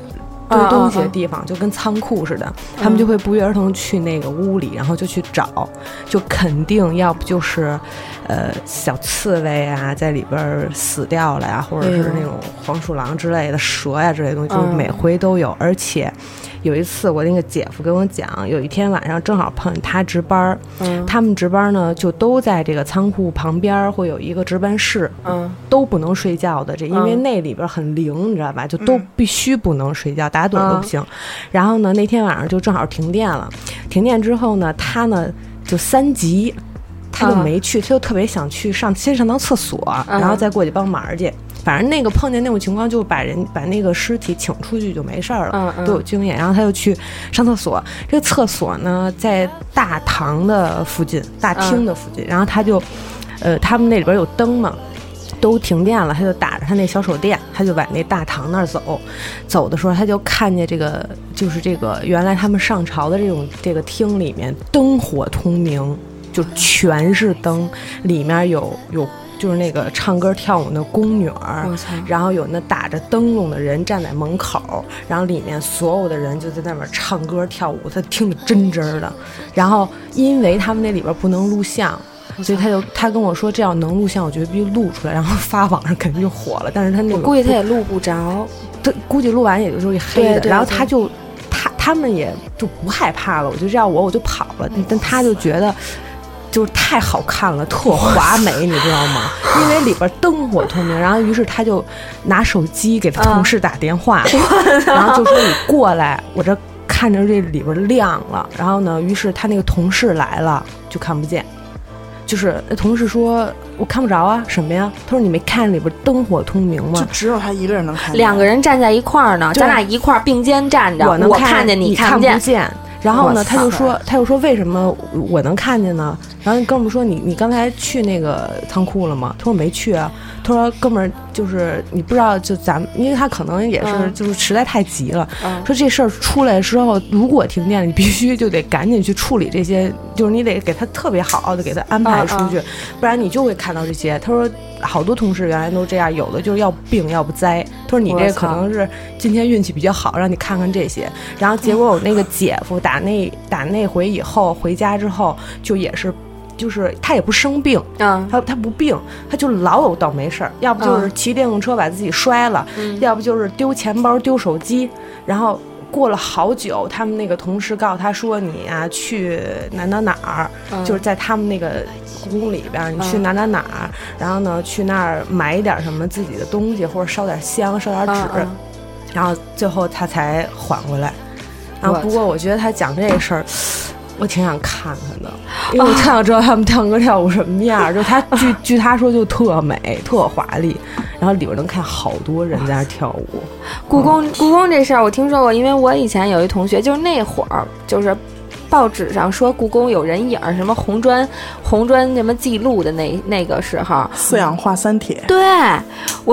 堆东西的地方，就跟仓库似的，他们就会不约而同去那个屋里，然后就去找，就肯定要不就是呃小刺猬啊在里边死掉了呀，或者是那种黄鼠狼之类的蛇呀之类的东西，就是每回都有。而且有一次我那个姐夫跟我讲，有一天晚上正好碰见他值班，嗯，他们值班呢就都在这个仓库旁边会有一个值班室，嗯，都不能睡觉的，这因为那里边很灵，你知道吧？就都必须不能睡觉，打盹都不行。然后呢，那天晚上就正好停电了，停电之后呢，他呢就三级，他就没去，他就特别想去上先上趟厕所，然后再过去帮忙去。反正那个碰见那种情况，就把人把那个尸体请出去就没事了，嗯嗯，都有经验。然后他就去上厕所，这个厕所呢在大堂的附近，大厅的附近。嗯、然后他就，呃，他们那里边有灯嘛，都停电了，他就打着他那小手电，他就往那大堂那儿走。走的时候，他就看见这个，就是这个原来他们上朝的这种这个厅里面灯火通明，就全是灯，里面有有。就是那个唱歌跳舞的宫女儿，然后有那打着灯笼的人站在门口，然后里面所有的人就在那边唱歌跳舞，他听得真真的。然后因为他们那里边不能录像，所以他就他跟我说，这要能录像，我觉得必须录出来，然后发网上肯定就火了。但是他那个我估计他也录不着， 他估计录完也就是一黑的。对对对，然后他就他他们也就不害怕了，我就这样我我就跑了，但他就觉得。就是太好看了，特华美，你知道吗？因为里边灯火通明，然后于是他就拿手机给他同事打电话，嗯、然后就说你过来，我这看着这里边亮了。然后呢，于是他那个同事来了，就看不见。就是那同事说我看不着啊，什么呀？他说你没看里边灯火通明吗？ 就只有他一个人能看见。 两个人站在一块儿呢，咱俩一块儿并肩站着， 我能看, 我看见你看不见。然后呢，他就说，他又说为什么我能看见呢？然后哥们说你你刚才去那个仓库了吗？他说没去啊。他说哥们儿就是你不知道，就咱们因为他可能也是、嗯、就是实在太急了，嗯、说这事儿出来之后，如果停电了，你必须就得赶紧去处理这些，就是你得给他特别好的给他安排出去，嗯嗯、不然你就会看到这些。他说好多同事原来都这样，有的就是要病要不灾。他说你这可能是今天运气比较好，让你看看这些。然后结果我那个姐夫打那打那回以后回家之后，就也是。就是他也不生病，嗯，他他不病，他就老有倒霉事儿，要不就是骑电动车把自己摔了，嗯、要不就是丢钱包、丢手机，然后过了好久，他们那个同事告诉他说：“你啊，去哪哪哪儿，嗯、就是在他们那个故宫里边，你去哪哪哪儿，嗯、然后呢，去那儿买一点什么自己的东西，或者烧点香、烧点纸，嗯、然后最后他才缓过来。然后不过我觉得他讲这事儿。”我挺想看看的，因为我看到之后他们唱歌跳舞什么样，就他据据他说就特美特华丽，然后里边能看好多人在那跳舞。 故宫故宫这事儿我听说过，因为我以前有一同学，就是那会儿就是报纸上说故宫有人影，什么红砖红砖什么记录的那那个时候， 四氧化三铁。 对，我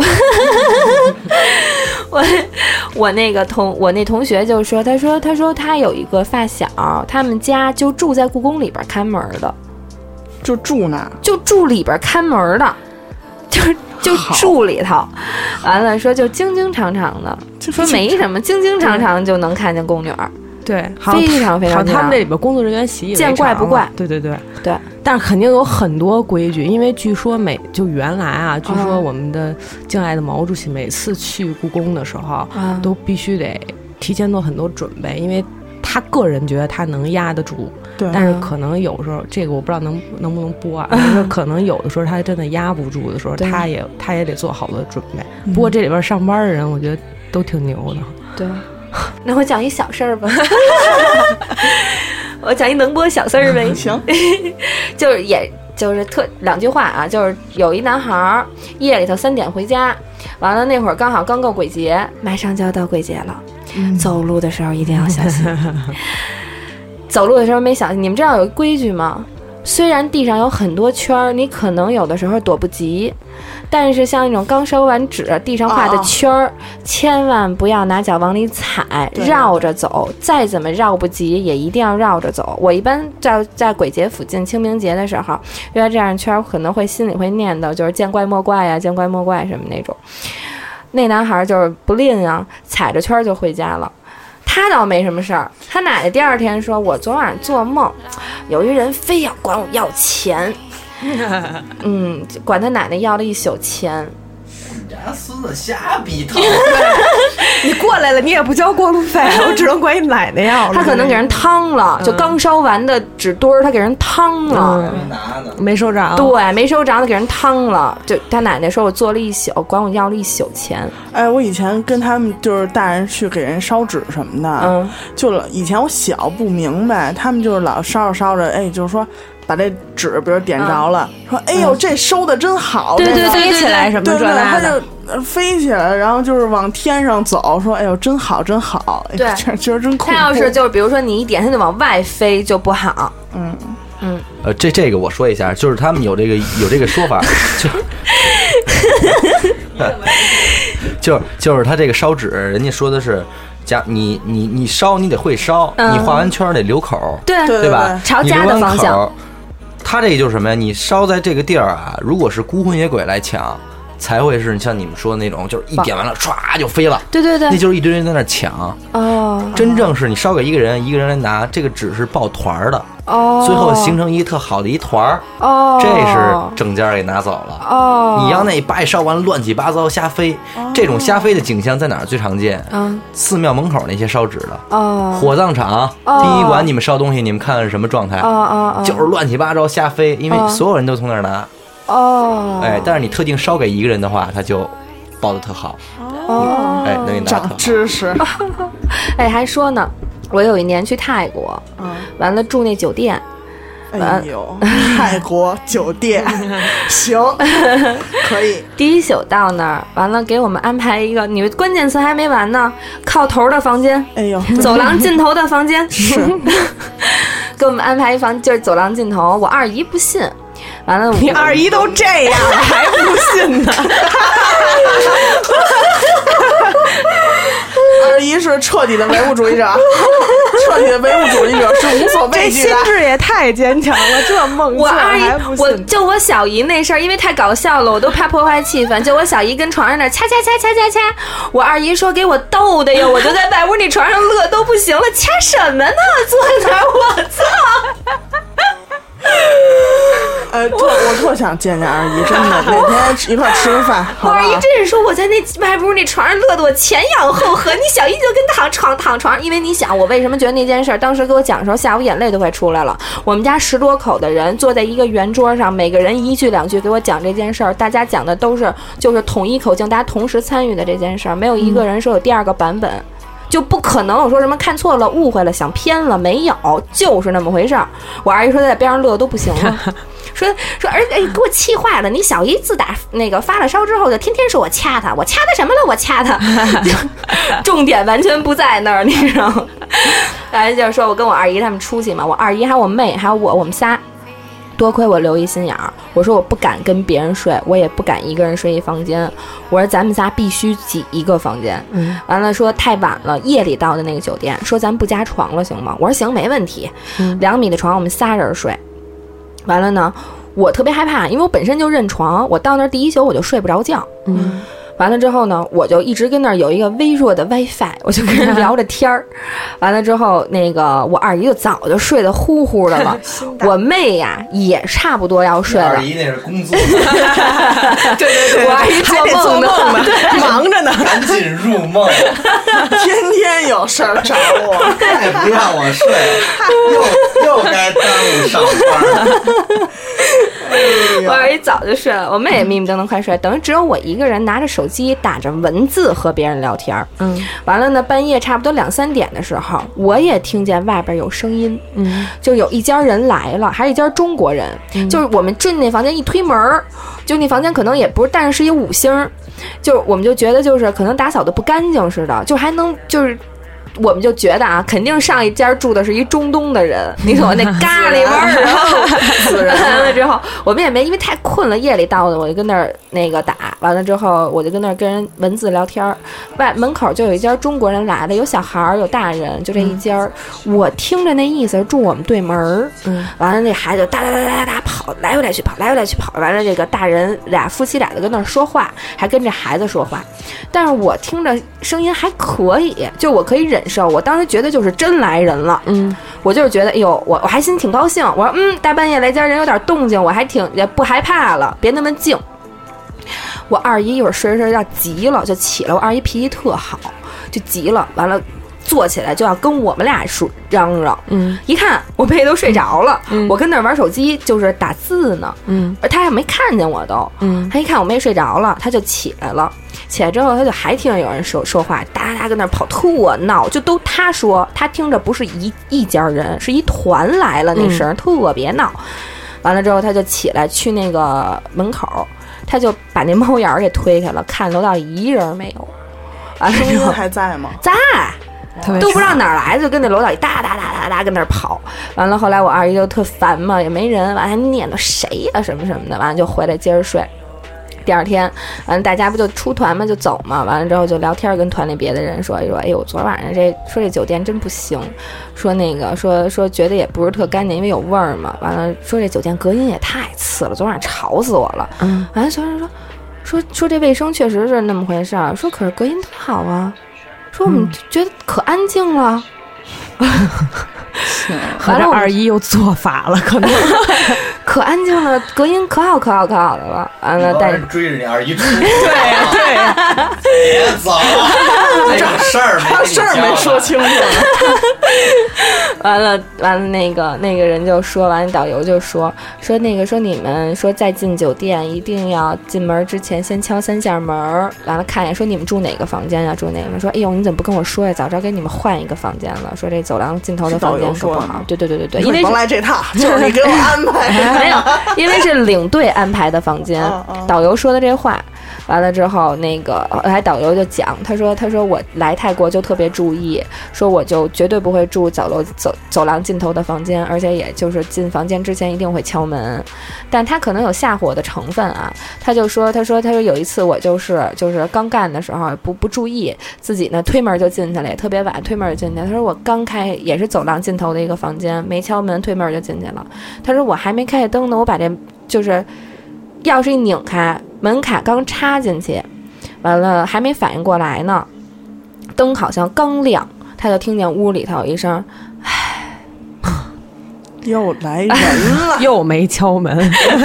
我我那个同我那同学就说，他说他说他有一个发小，他们家就住在故宫里边看门的， 就住那， 就住里边看门的，就就住里头，完了说就经经常常的，说没什么，经经常常就能看见宫女儿。 对， 非常非常他们这里边工作人员习以为常， 见怪不怪。 对对对对， 但是肯定有很多规矩，因为据说每就原来啊，据说我们的敬爱的毛主席每次去故宫的时候，嗯、都必须得提前做很多准备，因为他个人觉得他能压得住， 对， 但是可能有时候这个我不知道能能不能播啊，但是可能有的时候他真的压不住的时候，他也他也得做好多准备。嗯、不过这里边上班的人，我觉得都挺牛的。 对。那我讲一小事儿吧，我讲一能播小事儿呗。 行， 就是也就是特两句话啊，就是有一男孩夜里头三点回家，完了那会儿刚好刚过鬼节，马上就要到鬼节了，嗯、走路的时候一定要小心。走路的时候没小心，你们知道有规矩吗？虽然地上有很多圈儿，你可能有的时候躲不及，但是像那种刚烧完纸地上画的圈儿，哦、千万不要拿脚往里踩，绕着走，再怎么绕不及也一定要绕着走。我一般在在鬼节附近清明节的时候遇到这样圈儿，可能会心里会念叨就是见怪莫怪呀，见怪莫怪什么那种。那男孩就是不吝啊，踩着圈就回家了。 他倒没什么事儿，他奶奶第二天说，我昨晚做梦，有一人非要管我要钱，嗯，管他奶奶要了一宿钱。 你家孙子瞎逼讨你过来了，你也不交过路费，我只能管你奶奶要了。 他可能给人汤了，就刚烧完的纸堆儿，他给人汤了， 没拿呢， 没收着。 对，没收着的给人汤了。就他奶奶说我做了一宿，管我要了一宿钱。 哎，我以前跟他们就是大人去给人烧纸什么的， 嗯， 就以前我小不明白，他们就是老烧着烧着，哎，就是说。把这纸比如点着了，嗯、说哎呦、嗯、这收的真好， 对对对， 飞起来什么这那的， 他就飞起来，然后就是往天上走，说哎呦真好真好， 对， 觉得真恐怖。 他要是就是比如说你一点，他就往外飞就不好， 嗯嗯。 呃，这这个我说一下，就是他们有这个有这个说法，就就就是他这个烧纸，人家说的是。家你你你烧你得会烧，嗯、你画完圈得留口， 对对吧？ 朝家的方向。 他这个就是什么呀？你烧在这个地儿啊，如果是孤魂野鬼来抢，才会是像你们说的那种，就是一点完了唰就飞了。 对对对， 那就是一堆人在那抢。哦，真正是你烧给一个人，一个人来拿，这个纸是抱团的。哦，最后形成一特好的一团儿。哦，这是正家给拿走了。哦，你要那白烧完乱七八糟瞎飞，哦、这种瞎飞的景象在哪儿最常见？嗯，寺庙门口那些烧纸的。哦，火葬场、殡仪馆，你们烧东西，你们看看是什么状态？哦哦，就是乱七八糟瞎飞，因为所有人都从那儿拿。哦，哎，但是你特定烧给一个人的话，他就包的特好。哦，哎，能给拿长知识。 哎，还说呢。我有一年去泰国，嗯，完了住那酒店， 哎呦，泰国酒店，行，可以。 第一宿到那儿，完了给我们安排一个，你关键词还没完呢，靠头的房间， 哎呦， 走廊尽头的房间， 是， 给我们安排一房，就是走廊尽头。我二姨不信，完了， 你二姨都这样了还不信呢？ 二姨是彻底的唯物主义者，彻底的唯物主义者是无所畏惧的。 这心智也太坚强了，这梦我二姨，我就我小姨那事儿，因为太搞笑了，我都怕破坏气氛。就我小姨跟床上那掐掐掐掐掐掐，我二姨说给我逗的哟，我就在外屋那床上乐都不行了，掐什么呢？坐那儿，我操！ 呃，特我特想见见二姨，真的，哪天一块吃个饭。 我二姨真是说我在那外屋那床上乐得我前仰后合，你小姨就跟躺床躺床，因为你想我为什么觉得那件事儿，当时给我讲的时候，吓我眼泪都快出来了。我们家十多口的人坐在一个圆桌上，每个人一句两句给我讲这件事儿，大家讲的都是就是统一口径，大家同时参与的这件事儿，没有一个人说有第二个版本。嗯，就不可能我说什么看错了误会了想偏了，没有，就是那么回事儿。我二姨说在边上乐都不行了，说说而且给我气坏了，你小姨自打那个发了烧之后就天天说我掐她，我掐她什么了，我掐她重点完全不在那儿，你知道吗？然后就是说我跟我二姨他们出去嘛，我二姨还有我妹还有我，我们仨多亏我留一心眼儿，我说我不敢跟别人睡，我也不敢一个人睡一房间，我说咱们仨必须挤一个房间。嗯，完了说太晚了，夜里到的那个酒店，说咱不加床了行吗？我说行，没问题。嗯，两米的床我们仨人睡。完了呢，我特别害怕，因为我本身就认床，我到那儿第一宿我就睡不着觉。嗯。完了之后呢，我就一直跟那儿有一个微弱的 WiFi， 我就跟人聊着天儿。完了之后，那个我二姨就早就睡得呼呼的了，我妹呀也差不多要睡了。 二姨那是工作， 对对对，我二姨做梦呢， 对，忙着呢， 赶紧入梦， 天天有事儿找我， 再不让我睡，又又该耽误上班。 我二姨早就睡了，我妹也迷迷瞪瞪快睡，等于只有我一个人拿着手机打着文字和别人聊天。嗯，完了呢，半夜差不多两三点的时候，我也听见外边有声音，嗯，就有一家人来了，还是一家中国人，嗯、就是我们进那房间一推门，就那房间可能也不是，但是是一五星，就我们就觉得就是可能打扫的不干净似的，就还能就是。我们就觉得啊，肯定上一家住的是一中东的人，你懂那咖喱味儿，然后完了之后，我们也没因为太困了，夜里到的，我就跟那儿那个打，完了之后我就跟那儿跟人文字聊天，外门口就有一家中国人来的，有小孩有大人，就这一家，嗯、我听着那意思住我们对门，嗯，完了那孩子哒哒哒哒哒跑，来回来去跑，来回来去跑，完了这个大人俩夫妻俩就跟那儿说话，还跟这孩子说话，但是我听着声音还可以，就我可以忍。 受，我当时觉得就是真来人了，嗯，我就是觉得，哎呦，我我还心挺高兴，我说，嗯，大半夜来家人有点动静，我还挺也不害怕了，别那么静。我二姨一会儿睡着睡着急了，就起来，我二姨脾气特好，就急了，完了。坐起来就要跟我们俩说嚷嚷，嗯，一看我妹都睡着了，嗯，我跟那玩手机就是打字呢，嗯，而他也没看见我都，嗯，他一看我妹睡着了，他就起来了，起来之后他就还听着有人说说话，哒哒跟那跑，特闹，就都他说他听着不是一一家人，是一团来了，那声、嗯、特别闹。完了之后他就起来去那个门口，他就把那猫眼给推开了，看楼道里一人没有。 完了之后还在吗？ 在。都不知道哪儿来的，就跟那楼道里哒哒哒哒哒跟那儿跑。完了后来我二姨就特烦嘛，也没人，完了还念叨谁呀、啊、什么什么的，完了就回来接着睡。第二天完了大家不就出团嘛，就走嘛，完了之后就聊天，跟团里别的人说说，哎呦昨晚上这说这酒店真不行，说那个说说觉得也不是特干净，因为有味儿嘛，完了说这酒店隔音也太次了，昨晚上吵死我了。嗯，完了所有人说说说这卫生确实是那么回事儿，说可是隔音特好啊，说我们觉得可安静了。嗯完了二姨又做法了，可能可安静了，隔音可好可好可好的了。完了，但是追着你二姨出， 对对， 别走，这事儿没事儿没说清楚。 完了完了，那个那个人就说，完了导游就说说那个说你们说再进酒店一定要进门之前先敲三下门，完了看一眼说你们住哪个房间呀、啊？住哪个？说哎呦你怎么不跟我说呀？早知道给你们换一个房间了。说这走廊尽头的房间可不好。对对对对对，因为甭来这套，就是你给我安排。 没有，因为是领队安排的房间。导游说的这话，完了之后，那个来导游就讲，他说他说我来泰国就特别注意，说我就绝对不会住走楼走走廊尽头的房间，而且也就是进房间之前一定会敲门，但他可能有吓唬我的成分啊。他就说他说他说有一次我就是就是刚干的时候不不注意，自己呢推门就进去了，也特别晚推门就进去。他说我刚开也是走廊尽头的一个房间，没敲门推门就进去了。他说我还没开灯呢，我把这就是钥匙一拧开，门卡刚插进去，完了还没反应过来呢，灯好像刚亮，他就听见屋里头有一声唉， 又来人了又没敲门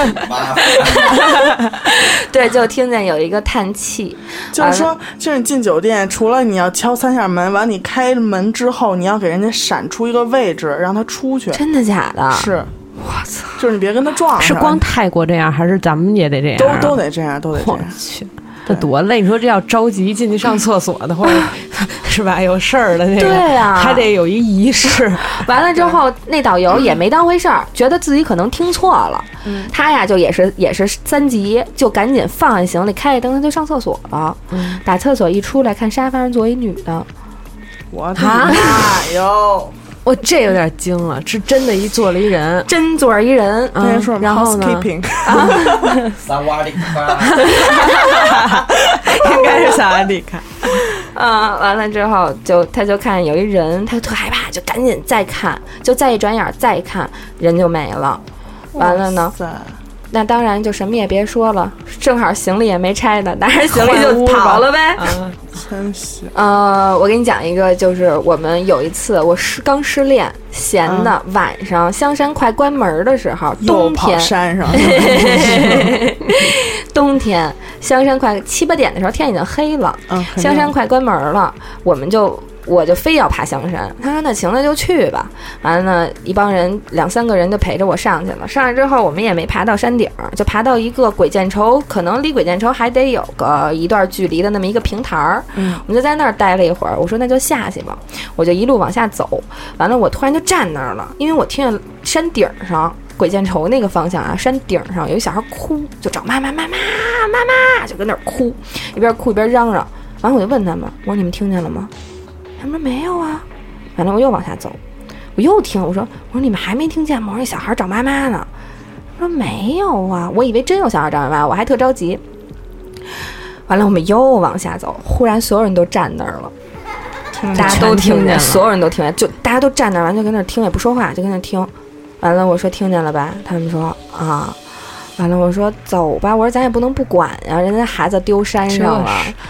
对，就听见有一个叹气。 就是说就是你进酒店除了你要敲三下门，完你开门之后你要给人家闪出一个位置让他出去。 真的假的？ 是， 我操， 就是你别跟他撞上。 是光泰国这样还是咱们也得这样？ 都都得这样，都得这样。 我去，这多累！你说这要着急进去上厕所的话，是吧？有事儿的那个， 对啊， 还得有一仪式。 完了之后，那导游也没当回事儿，觉得自己可能听错了。嗯，他呀就也是也是三级，就赶紧放下行李，开着灯，他就上厕所了。嗯，打厕所一出来，看沙发上坐一女的。 我的妈哟！ 我这有点惊了，是真的一坐了一人， 真坐着一人， 嗯，说然后呢？ 萨瓦迪卡， 应该是萨瓦迪卡。 啊，完了之后就他就看有一人，他就特害怕，就赶紧再看，就再一转眼再看，人就没了。完了呢？那当然就什么也别说了，正好行李也没拆呢，拿着行李就跑了呗。 嗯，真是。 呃，我给你讲一个，就是我们有一次我失刚失恋，闲的、嗯、晚上香山快关门的时候，冬天山上， 冬天香山快七八点的时候，天已经黑了，嗯，香山快关门了，我们就。我就非要爬香山，他说那行那就去吧。完了呢，一帮人两三个人就陪着我上去了。上去之后，我们也没爬到山顶，就爬到一个鬼见愁，可能离鬼见愁还得有个一段距离的那么一个平台儿。嗯，我们就在那儿待了一会儿。我说那就下去吧，我就一路往下走。完了，我突然就站那儿了，因为我听见山顶上鬼见愁那个方向啊，山顶上有一小孩哭，就找妈妈妈妈妈妈，就跟那儿哭，一边哭一边嚷嚷。完了，我就问他们，我说你们听见了吗？他们说没有啊，反正我又往下走，我又听，我说我说你们还没听见吗？我说那小孩找妈妈呢。他说没有啊，我以为真有小孩找妈妈，我还特着急。完了，我们又往下走，忽然所有人都站那儿了，大家都听见，所有人都听见，就大家都站那儿，完就跟那儿听，也不说话，就跟那儿听。完了，我说听见了吧？他们说啊。完了，我说走吧，我说咱也不能不管呀，人家孩子丢山上了。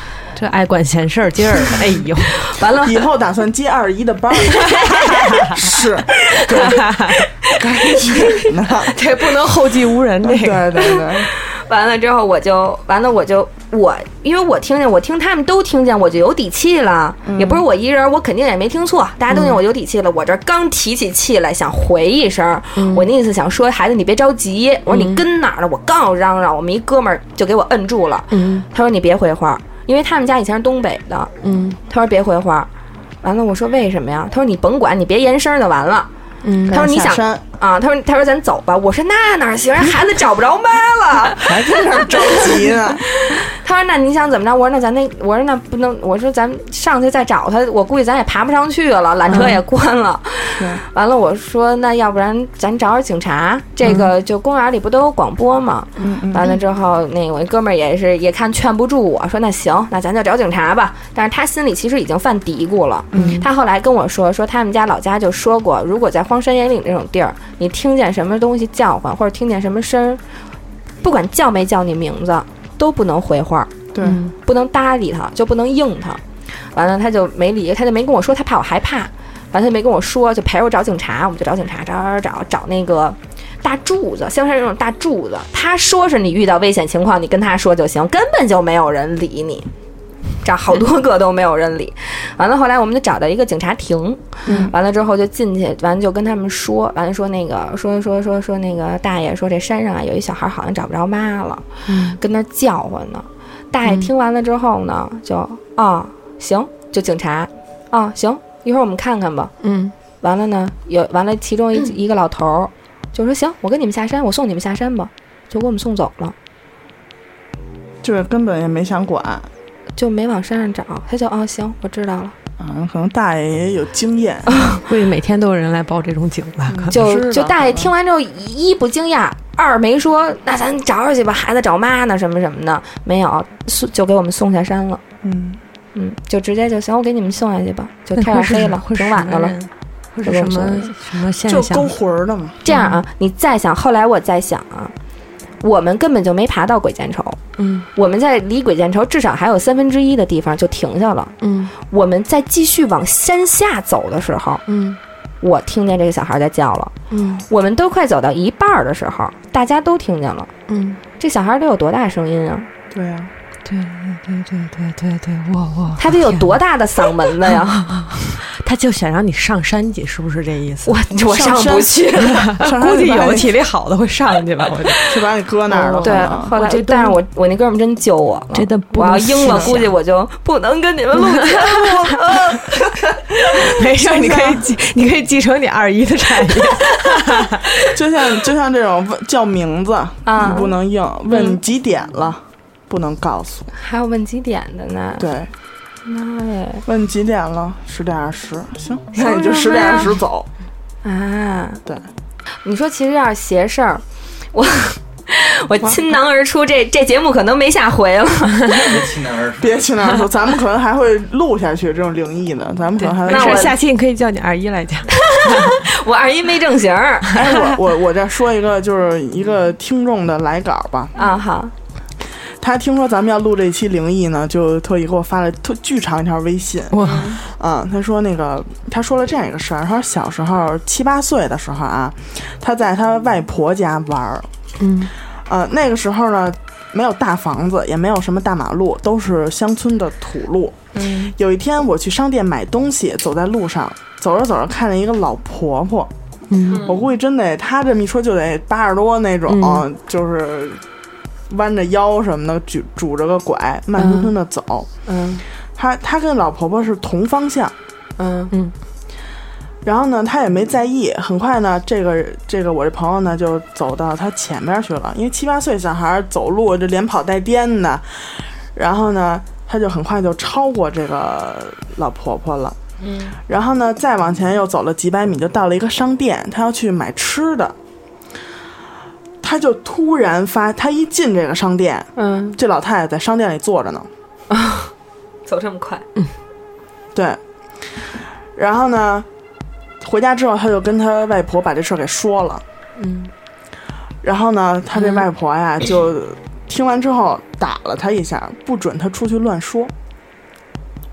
这爱管闲事儿劲儿，哎呦， 完了， 以后打算接二姨的班是，对，赶紧呢， 这不能后继无人，这个，对对对。 完了之后我就完了，我就我因为我听见，我听他们都听见，我就有底气了。嗯、也不是我一人，我肯定也没听错，大家都听见我有底气了。嗯、我这刚提起气来，想回一声，嗯、我那意思想说孩子你别着急，我说你跟哪儿呢？我刚要嚷嚷，我们一哥们儿就给我摁住了。嗯，他说你别回话，因为他们家以前是东北的。嗯，他说别回话。完了，我说为什么呀？他说你甭管，你别言声就完了。嗯，他说你想啊，他说他说咱走吧。我说那哪行，人孩子找不着妈了， 还在那儿着急呢。 他说那你想怎么着？我说那咱那我说那不能，我说咱上去再找他，我估计咱也爬不上去了，缆车也关了。嗯、完了，我说那要不然咱找点警察，这个就公园里不都有广播吗？嗯、完了之后，那我一哥们儿也是也看劝不住我说那行，那咱就找警察吧。但是他心里其实已经犯嘀咕了。嗯、他后来跟我说说他们家老家就说过，如果在荒山野岭这种地儿，你听见什么东西叫唤或者听见什么声，不管叫没叫你名字，都不能回话。 对、 嗯，不能搭理他，就不能应他。完了，他就没理，他就没跟我说，他怕我害怕。完了，他没跟我说，就陪着我找警察。我们就找警察，找找找找那个大柱子，香山那种大柱子。他说是你遇到危险情况，你跟他说就行，根本就没有人理你。找好多个都没有人理。完了，后来我们就找到一个警察亭。嗯，完了之后就进去，完了就跟他们说，完了说那个说说说说那个大爷说这山上啊有一小孩好像找不着妈了，嗯，跟那叫唤呢。大爷听完了之后呢，就啊、哦、行，就警察啊、哦、行，一会儿我们看看吧。嗯，完了呢，有完了，其中一、嗯、一个老头就说行，我跟你们下山，我送你们下山吧，就给我们送走了。 就是根本也没想管， 就没往山上找，他就哦行，我知道了。 嗯，可能大爷也有经验， 估计每天都有人来报这种警吧。 嗯、就就大爷听完之后，一不惊讶，二没说那咱找找去吧，孩子找妈呢什么什么的，没有，就给我们送下山了。嗯嗯，就直接就行，我给你们送下去吧，就天要黑了，挺晚的了。 或者什么什么现象？ 就勾魂的嘛。 这样啊，你再想，后来我再想啊。我们根本就没爬到鬼见愁，嗯，我们在离鬼见愁至少还有三分之一的地方就停下了，嗯，我们在继续往山下走的时候，嗯，我听见这个小孩在叫了，嗯，我们都快走到一半的时候，大家都听见了，嗯，这小孩得有多大声音啊？ 对呀、啊， 对对对对对对，我我他得有多大的嗓门子呀？ 他就想让你上山去，是不是这意思？ 我我上不去， 估计有体力好的会上去吧，我就把你搁那儿了。 对，后来但是我我那哥们真救我了， 真的不我要应了，估计我就不能跟你们录节目。 没事，你可以继你可以继承你二姨的产业。 就像就像这种叫名字，啊、你不能应，问你几点了，嗯、不能告诉。 还有问几点的呢？ 对。 妈耶！ 问几点了？十点二十。行，那你就十点二十走。 啊， 对。 你说其实要是邪事儿，我我倾囊而出，这这节目可能没下回了。 别倾囊而出， 别倾囊而出，咱们可能还会录下去这种灵异的，咱们可能还会。 那我下期你可以叫你二姨来讲。 我二姨没正形儿。 哎，我我我再说一个，就是一个听众的来稿吧。 啊，好。 他听说咱们要录这期灵异呢，就特意给我发了特巨长一条微信。哇，嗯，他说那个他说了这样一个事儿，他说小时候七八岁的时候啊，他在他外婆家玩儿，嗯，呃，那个时候呢没有大房子，也没有什么大马路，都是乡村的土路。嗯，有一天我去商店买东西，走在路上，走着走着看见一个老婆婆，嗯，我估计真得他这么一说就得八十多那种，嗯、就是。弯着腰什么的，拄拄着个拐，慢吞吞的走。嗯，他他跟老婆婆是同方向。嗯嗯。然后呢，他也没在意。很快呢，这个这个我这朋友呢就走到他前面去了，因为七八岁小孩走路这连跑带颠的。然后呢，他就很快就超过这个老婆婆了。嗯。然后呢，再往前又走了几百米，就到了一个商店，他要去买吃的。他就突然发，他一进这个商店，嗯，这老太太在商店里坐着呢， 啊，走这么快， 嗯，对。然后呢，回家之后，他就跟他外婆把这事儿给说了，嗯。然后呢，他这外婆呀，嗯、就听完之后打了他一下，不准他出去乱说，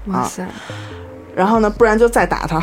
哇塞！ 然后呢，不然就再打他。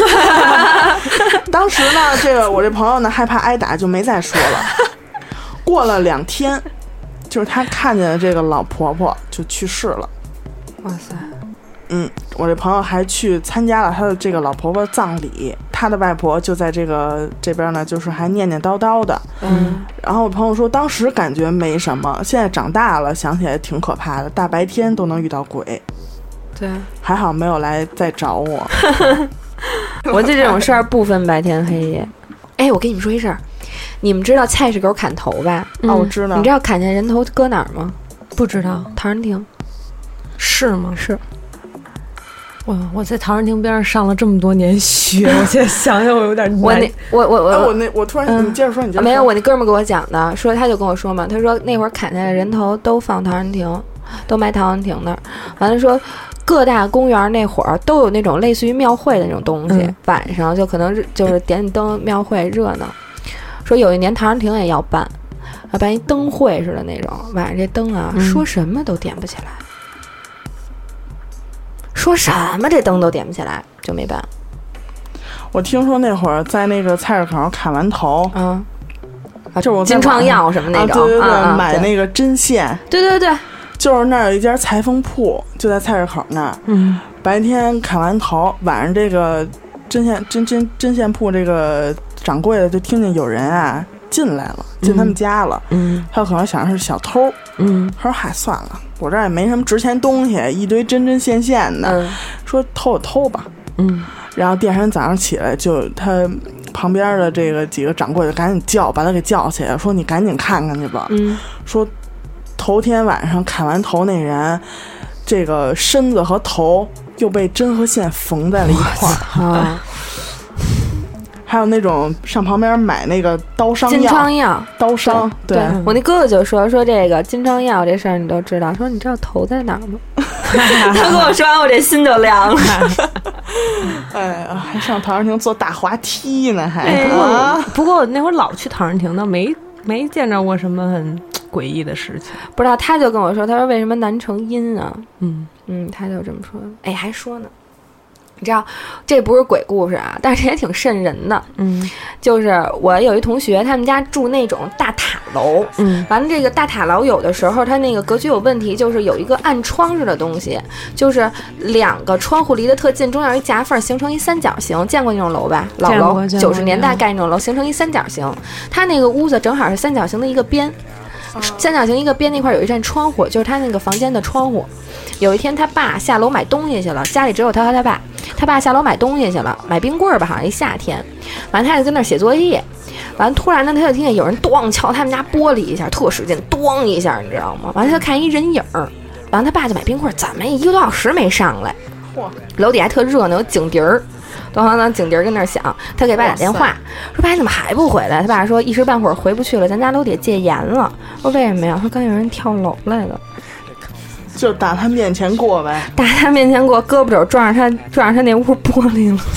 当时呢，这个我这朋友呢害怕挨打，就没再说了。过了两天，就是他看见的这个老婆婆就去世了。 哇塞！ 嗯，我这朋友还去参加了他的这个老婆婆葬礼，他的外婆就在这个这边呢，就是还念念叨叨的。 嗯， 然后我朋友说，当时感觉没什么，现在长大了想起来挺可怕的，大白天都能遇到鬼。 对， 还好没有来再找我。 我对这种事儿不分白天黑夜。哎，我跟你们说一事儿，你们知道菜市口砍头吧？ 嗯、哦，我知道。 你知道砍下人头搁哪儿吗？ 不知道。 陶然亭。 是吗？ 是。 我我在陶然亭边上上了这么多年学，我现在想想我有点难。 我那我我我、 啊、我那我突然、嗯、你接着说，你接着说。 没有，我那哥们儿给我讲的，说他就跟我说嘛，他说那会儿砍下来人头都放陶然亭，都埋陶然亭那儿，完了说。各大公园那会儿都有那种类似于庙会的那种东西，嗯、晚上就可能就是点点灯，庙会热闹。说有一年陶然亭也要办，要办一灯会似的那种，晚上这灯啊，嗯、说什么都点不起来，说什么这灯都点不起来，就没办。 我听说那会儿在那个菜市口砍完头， 嗯， 啊，就是我金创药什么那种， 啊、对对对， 啊、 买那个针线， 对对对。 就是那儿有一家裁缝铺，就在菜市口那儿。 嗯， 白天砍完头，晚上这个针线针针针线铺这个掌柜的就听见有人啊进来了，进他们家了。 嗯， 他可能想是小偷。 嗯， 他说嗨，算了，我这儿也没什么值钱东西，一堆针针线线的， 嗯、 说偷就偷吧。 嗯， 然后第二天早上起来，就他旁边的这个几个掌柜的赶紧叫，把他给叫起来，说你赶紧看看去吧。 嗯， 说。头天晚上砍完头那人，这个身子和头又被针和线缝在了一块儿。 啊！ 还有那种上旁边买那个刀伤药， 金疮药， 刀伤。 对， 对我那哥哥就说说这个金疮药这事儿你都知道，说你知道头在哪儿吗？他跟我说完，我这心就凉了。 哎呀，还上陶然亭坐大滑梯呢，还。 哎、不过不过那会儿老去陶然亭的，没没见着过什么很。诡异的事情， 不知道，他就跟我说，他说为什么南城阴啊？ 嗯嗯，他就这么说。哎，还说呢，你知道这不是鬼故事啊，但是也挺瘆人的。 嗯， 就是我有一同学，他们家住那种大塔楼。 嗯， 完了这个大塔楼有的时候它那个格局有问题，就是有一个暗窗似的东西，就是两个窗户离得特近，中间有一夹缝，形成一三角形。见过那种楼吧？老楼，九十年代盖那种楼，形成一三角形。它那个屋子正好是三角形的一个边。三角形一个边那块有一扇窗户，就是他那个房间的窗户。有一天他爸下楼买东西去了，家里只有他和他爸。他爸下楼买东西去了，买冰棍儿吧，好像一夏天。完了他就跟那儿写作业，完了突然呢他就听见有人咣敲他们家玻璃一下，特使劲，咣一下，你知道吗？完了他就看一人影儿，完了他爸就买冰棍儿，怎么一个多小时没上来？楼底还特热闹，有警笛儿。当当当，警笛跟那儿响，他给爸打电话，说爸你怎么还不回来？他爸说一时半会儿回不去了，咱家楼底下戒严了。说为什么呀？说刚有人跳楼来了， 就打他面前过呗， 打他面前过，胳膊肘撞上他撞上他那屋玻璃了。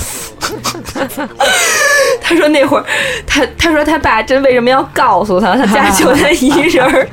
他说那会儿，他他说他爸真为什么要告诉他，他家就他一人儿。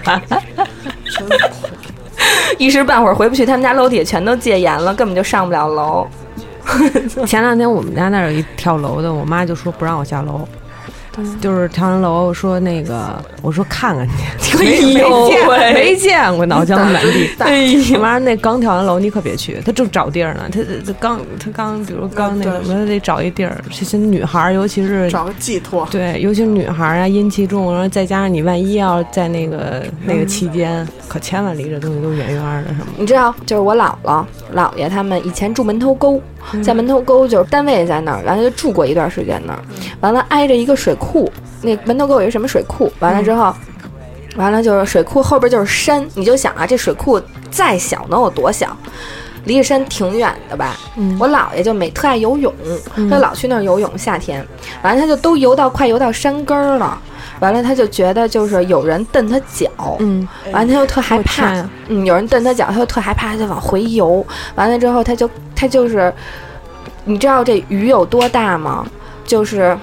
一时半会儿回不去，他们家楼底下全都戒严了，根本就上不了楼。 前两天我们家那儿有一跳楼的，我妈就说不让我下楼，就是跳完楼说那个，我说看看去，没没见没见过脑浆满地。哎呀妈，那刚跳完楼你可别去，他正找地儿呢，他他刚他刚比如刚那个，他得找一地儿。这些女孩尤其是找个寄托， 对，尤其是女孩啊，阴气重，然后再加上你万一要在那个那个期间，可千万离这东西都远远的什么。 你知道，就是我姥姥姥爷他们以前住门头沟。在门头沟就是单位在那儿，完了就住过一段时间那儿，完了挨着一个水库，那门头沟有一个什么水库，完了之后，完了就是水库后边就是山，你就想啊，这水库再小能有多小？离着山挺远的吧？嗯，我姥爷就每特爱游泳，他老去那儿游泳，夏天，完了他就都游到快游到山根儿了。完了，他就觉得就是有人蹬他脚，嗯，完了他就特害怕，嗯，有人蹬他脚，他就特害怕，他就往回游。完了之后，他就他就是，你知道这鱼有多大吗？就是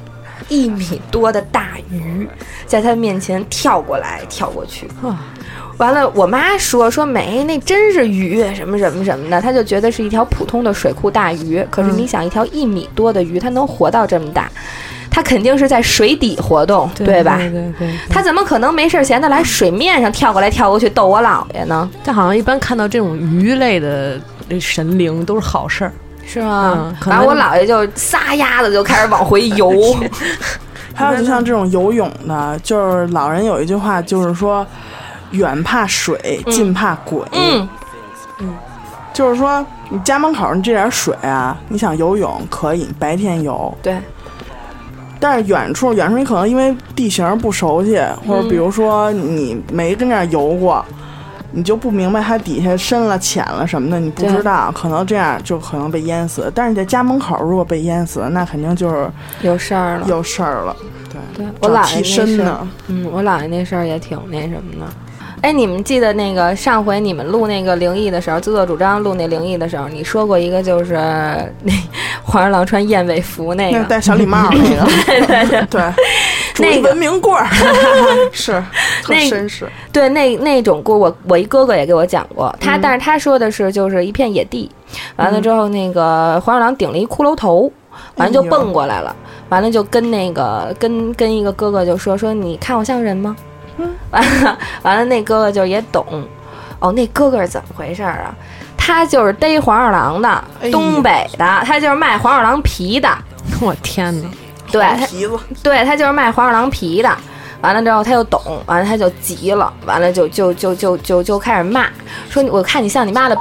一米多的大鱼，在他面前跳过来跳过去。 完了，我妈说说没，那真是鱼，什么什么什么的，她就觉得是一条普通的水库大鱼。可是你想，一条一米多的鱼，它能活到这么大，它肯定是在水底活动， 对, 对吧？ 对对 对, 对。 它怎么可能没事闲的来水面上跳过来跳过去逗我姥爷呢？ 但好像一般看到这种鱼类的神灵都是好事儿， 是吗？嗯、然后我姥爷就撒丫子就开始往回游。 还有就像这种游泳的，就是老人有一句话，就是说。远怕水，近怕鬼。 嗯， 嗯，就是说你家门口你这点水啊，你想游泳可以，白天游。 对。 但是远处，远处你可能因为地形不熟悉，或者比如说你没跟这儿游过，你就不明白它底下深了、浅了什么的，你不知道，可能这样就可能被淹死。但是你在家门口如果被淹死，那肯定就是有事儿了， 有事儿了。对， 对我姥爷那事儿， 嗯，我姥爷那事儿也挺那什么的。哎，你们记得那个上回你们录那个灵异的时候，自作主张录那灵异的时候，你说过一个就是那黄二郎穿燕尾服那个， 那戴小礼帽那个， 对对对对，那个文明棍儿是特绅士。 对，那那种故我我一哥哥也给我讲过，他、嗯、但是他说的是就是一片野地，完了之后那个黄二郎顶了一骷髅头，完了就蹦过来了，完了就跟那个跟跟一个哥哥就说说你看我像人吗？嗯，完了，完了，那哥哥就也懂，哦，那哥哥是怎么回事啊？他就是逮黄二郎的，哎、东北的，他就是卖黄二郎皮的。 我天哪！ 对，他对他就是卖黄二郎皮的。完了之后他就懂，完了他就急了，完了就就就就就就开始骂，说我看你像你妈的。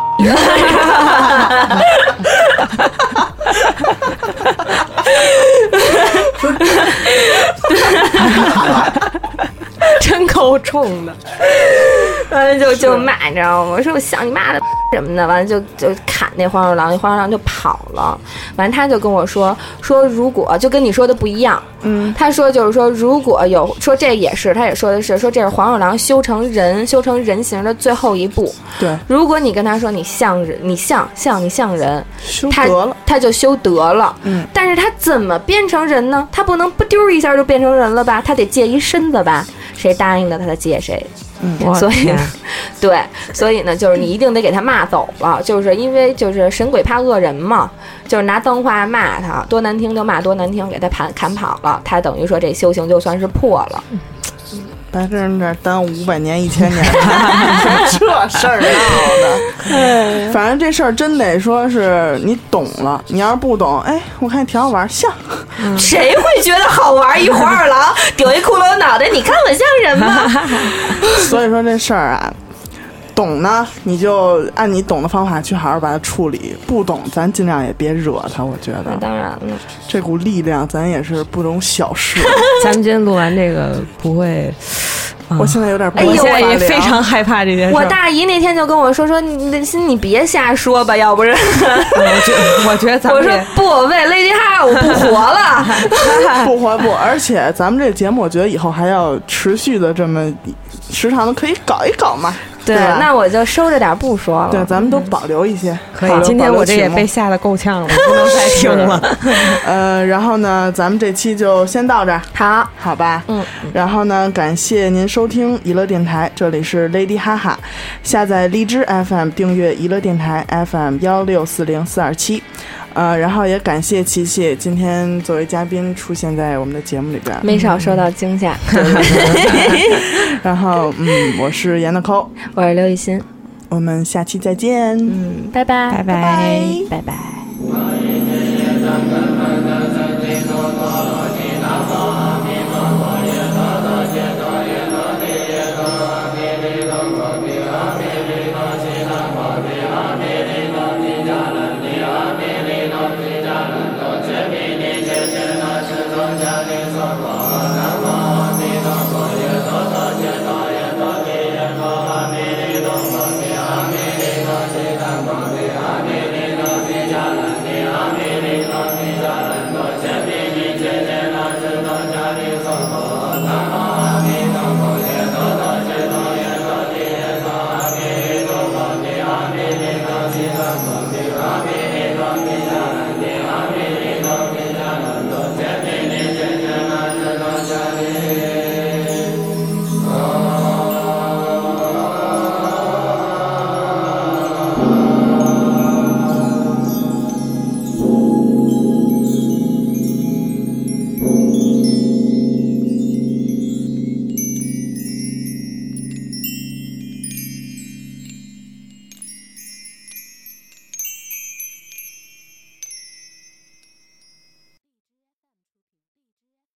真够冲的， 完了就就骂，你知道吗？说我想你妈的什么的，完了就就砍那黄二郎，那黄二郎就跑了。完了他就跟我说说，如果就跟你说的不一样， 嗯， 他说就是说，如果有说这也是，他也说的是说这是黄二郎修成人，修成人形的最后一步。 对， 如果你跟他说你像人，你像像你像人， 修得了， 他就修得了。 嗯， 但是他怎么变成人呢？他不能不丢一下就变成人了吧？他得借一身子吧？谁答应的他才借谁。 嗯， 所以对，所以呢，就是你一定得给他骂走了，就是因为就是神鬼怕恶人嘛，就是拿脏话骂他，多难听就骂多难听，给他砍砍跑了，他等于说这修行就算是破了。 白跟人这耽误五百年一千年，这事儿闹的。反正这事儿真得说是你懂了，你要是不懂，哎，我看挺好玩，像、 嗯、谁会觉得好玩？一黄二郎顶一骷髅脑袋，你看我像人吗？ 所以说这事儿啊，懂呢，你就按你懂的方法去好好把它处理；不懂，咱尽量也别惹他。我觉得， 当然了， 这股力量咱也是不容小视。 咱们今天录完这个不会。 我现在有点， 哎呦， 我也非常害怕这件事。 我大姨那天就跟我说说，你心你别瞎说吧，要不然。 我觉得，我觉得咱们我说不，我为 Lady 哈我不活了， 不活不，而且咱们这个节目，我觉得以后还要持续的这么时常的可以搞一搞嘛。 对，那我就收着点不说了。 对，咱们都保留一些。嗯、 可以，今天我这也被吓得够呛了，我不能再听了。 呃，然后呢，咱们这期就先到这儿， 好， 好吧？ 嗯。 然后呢，感谢您收听娱乐电台，这里是 Lady 哈哈，下载荔枝 F M 订阅娱乐电台 F M 幺六四零四二七。呃，然后也感谢琪琪今天作为嘉宾出现在我们的节目里边， 没少受到惊吓。 然后，嗯，我是严的抠， 我是刘雨欣， 我们下期再见。 嗯，拜拜， 拜拜，拜拜。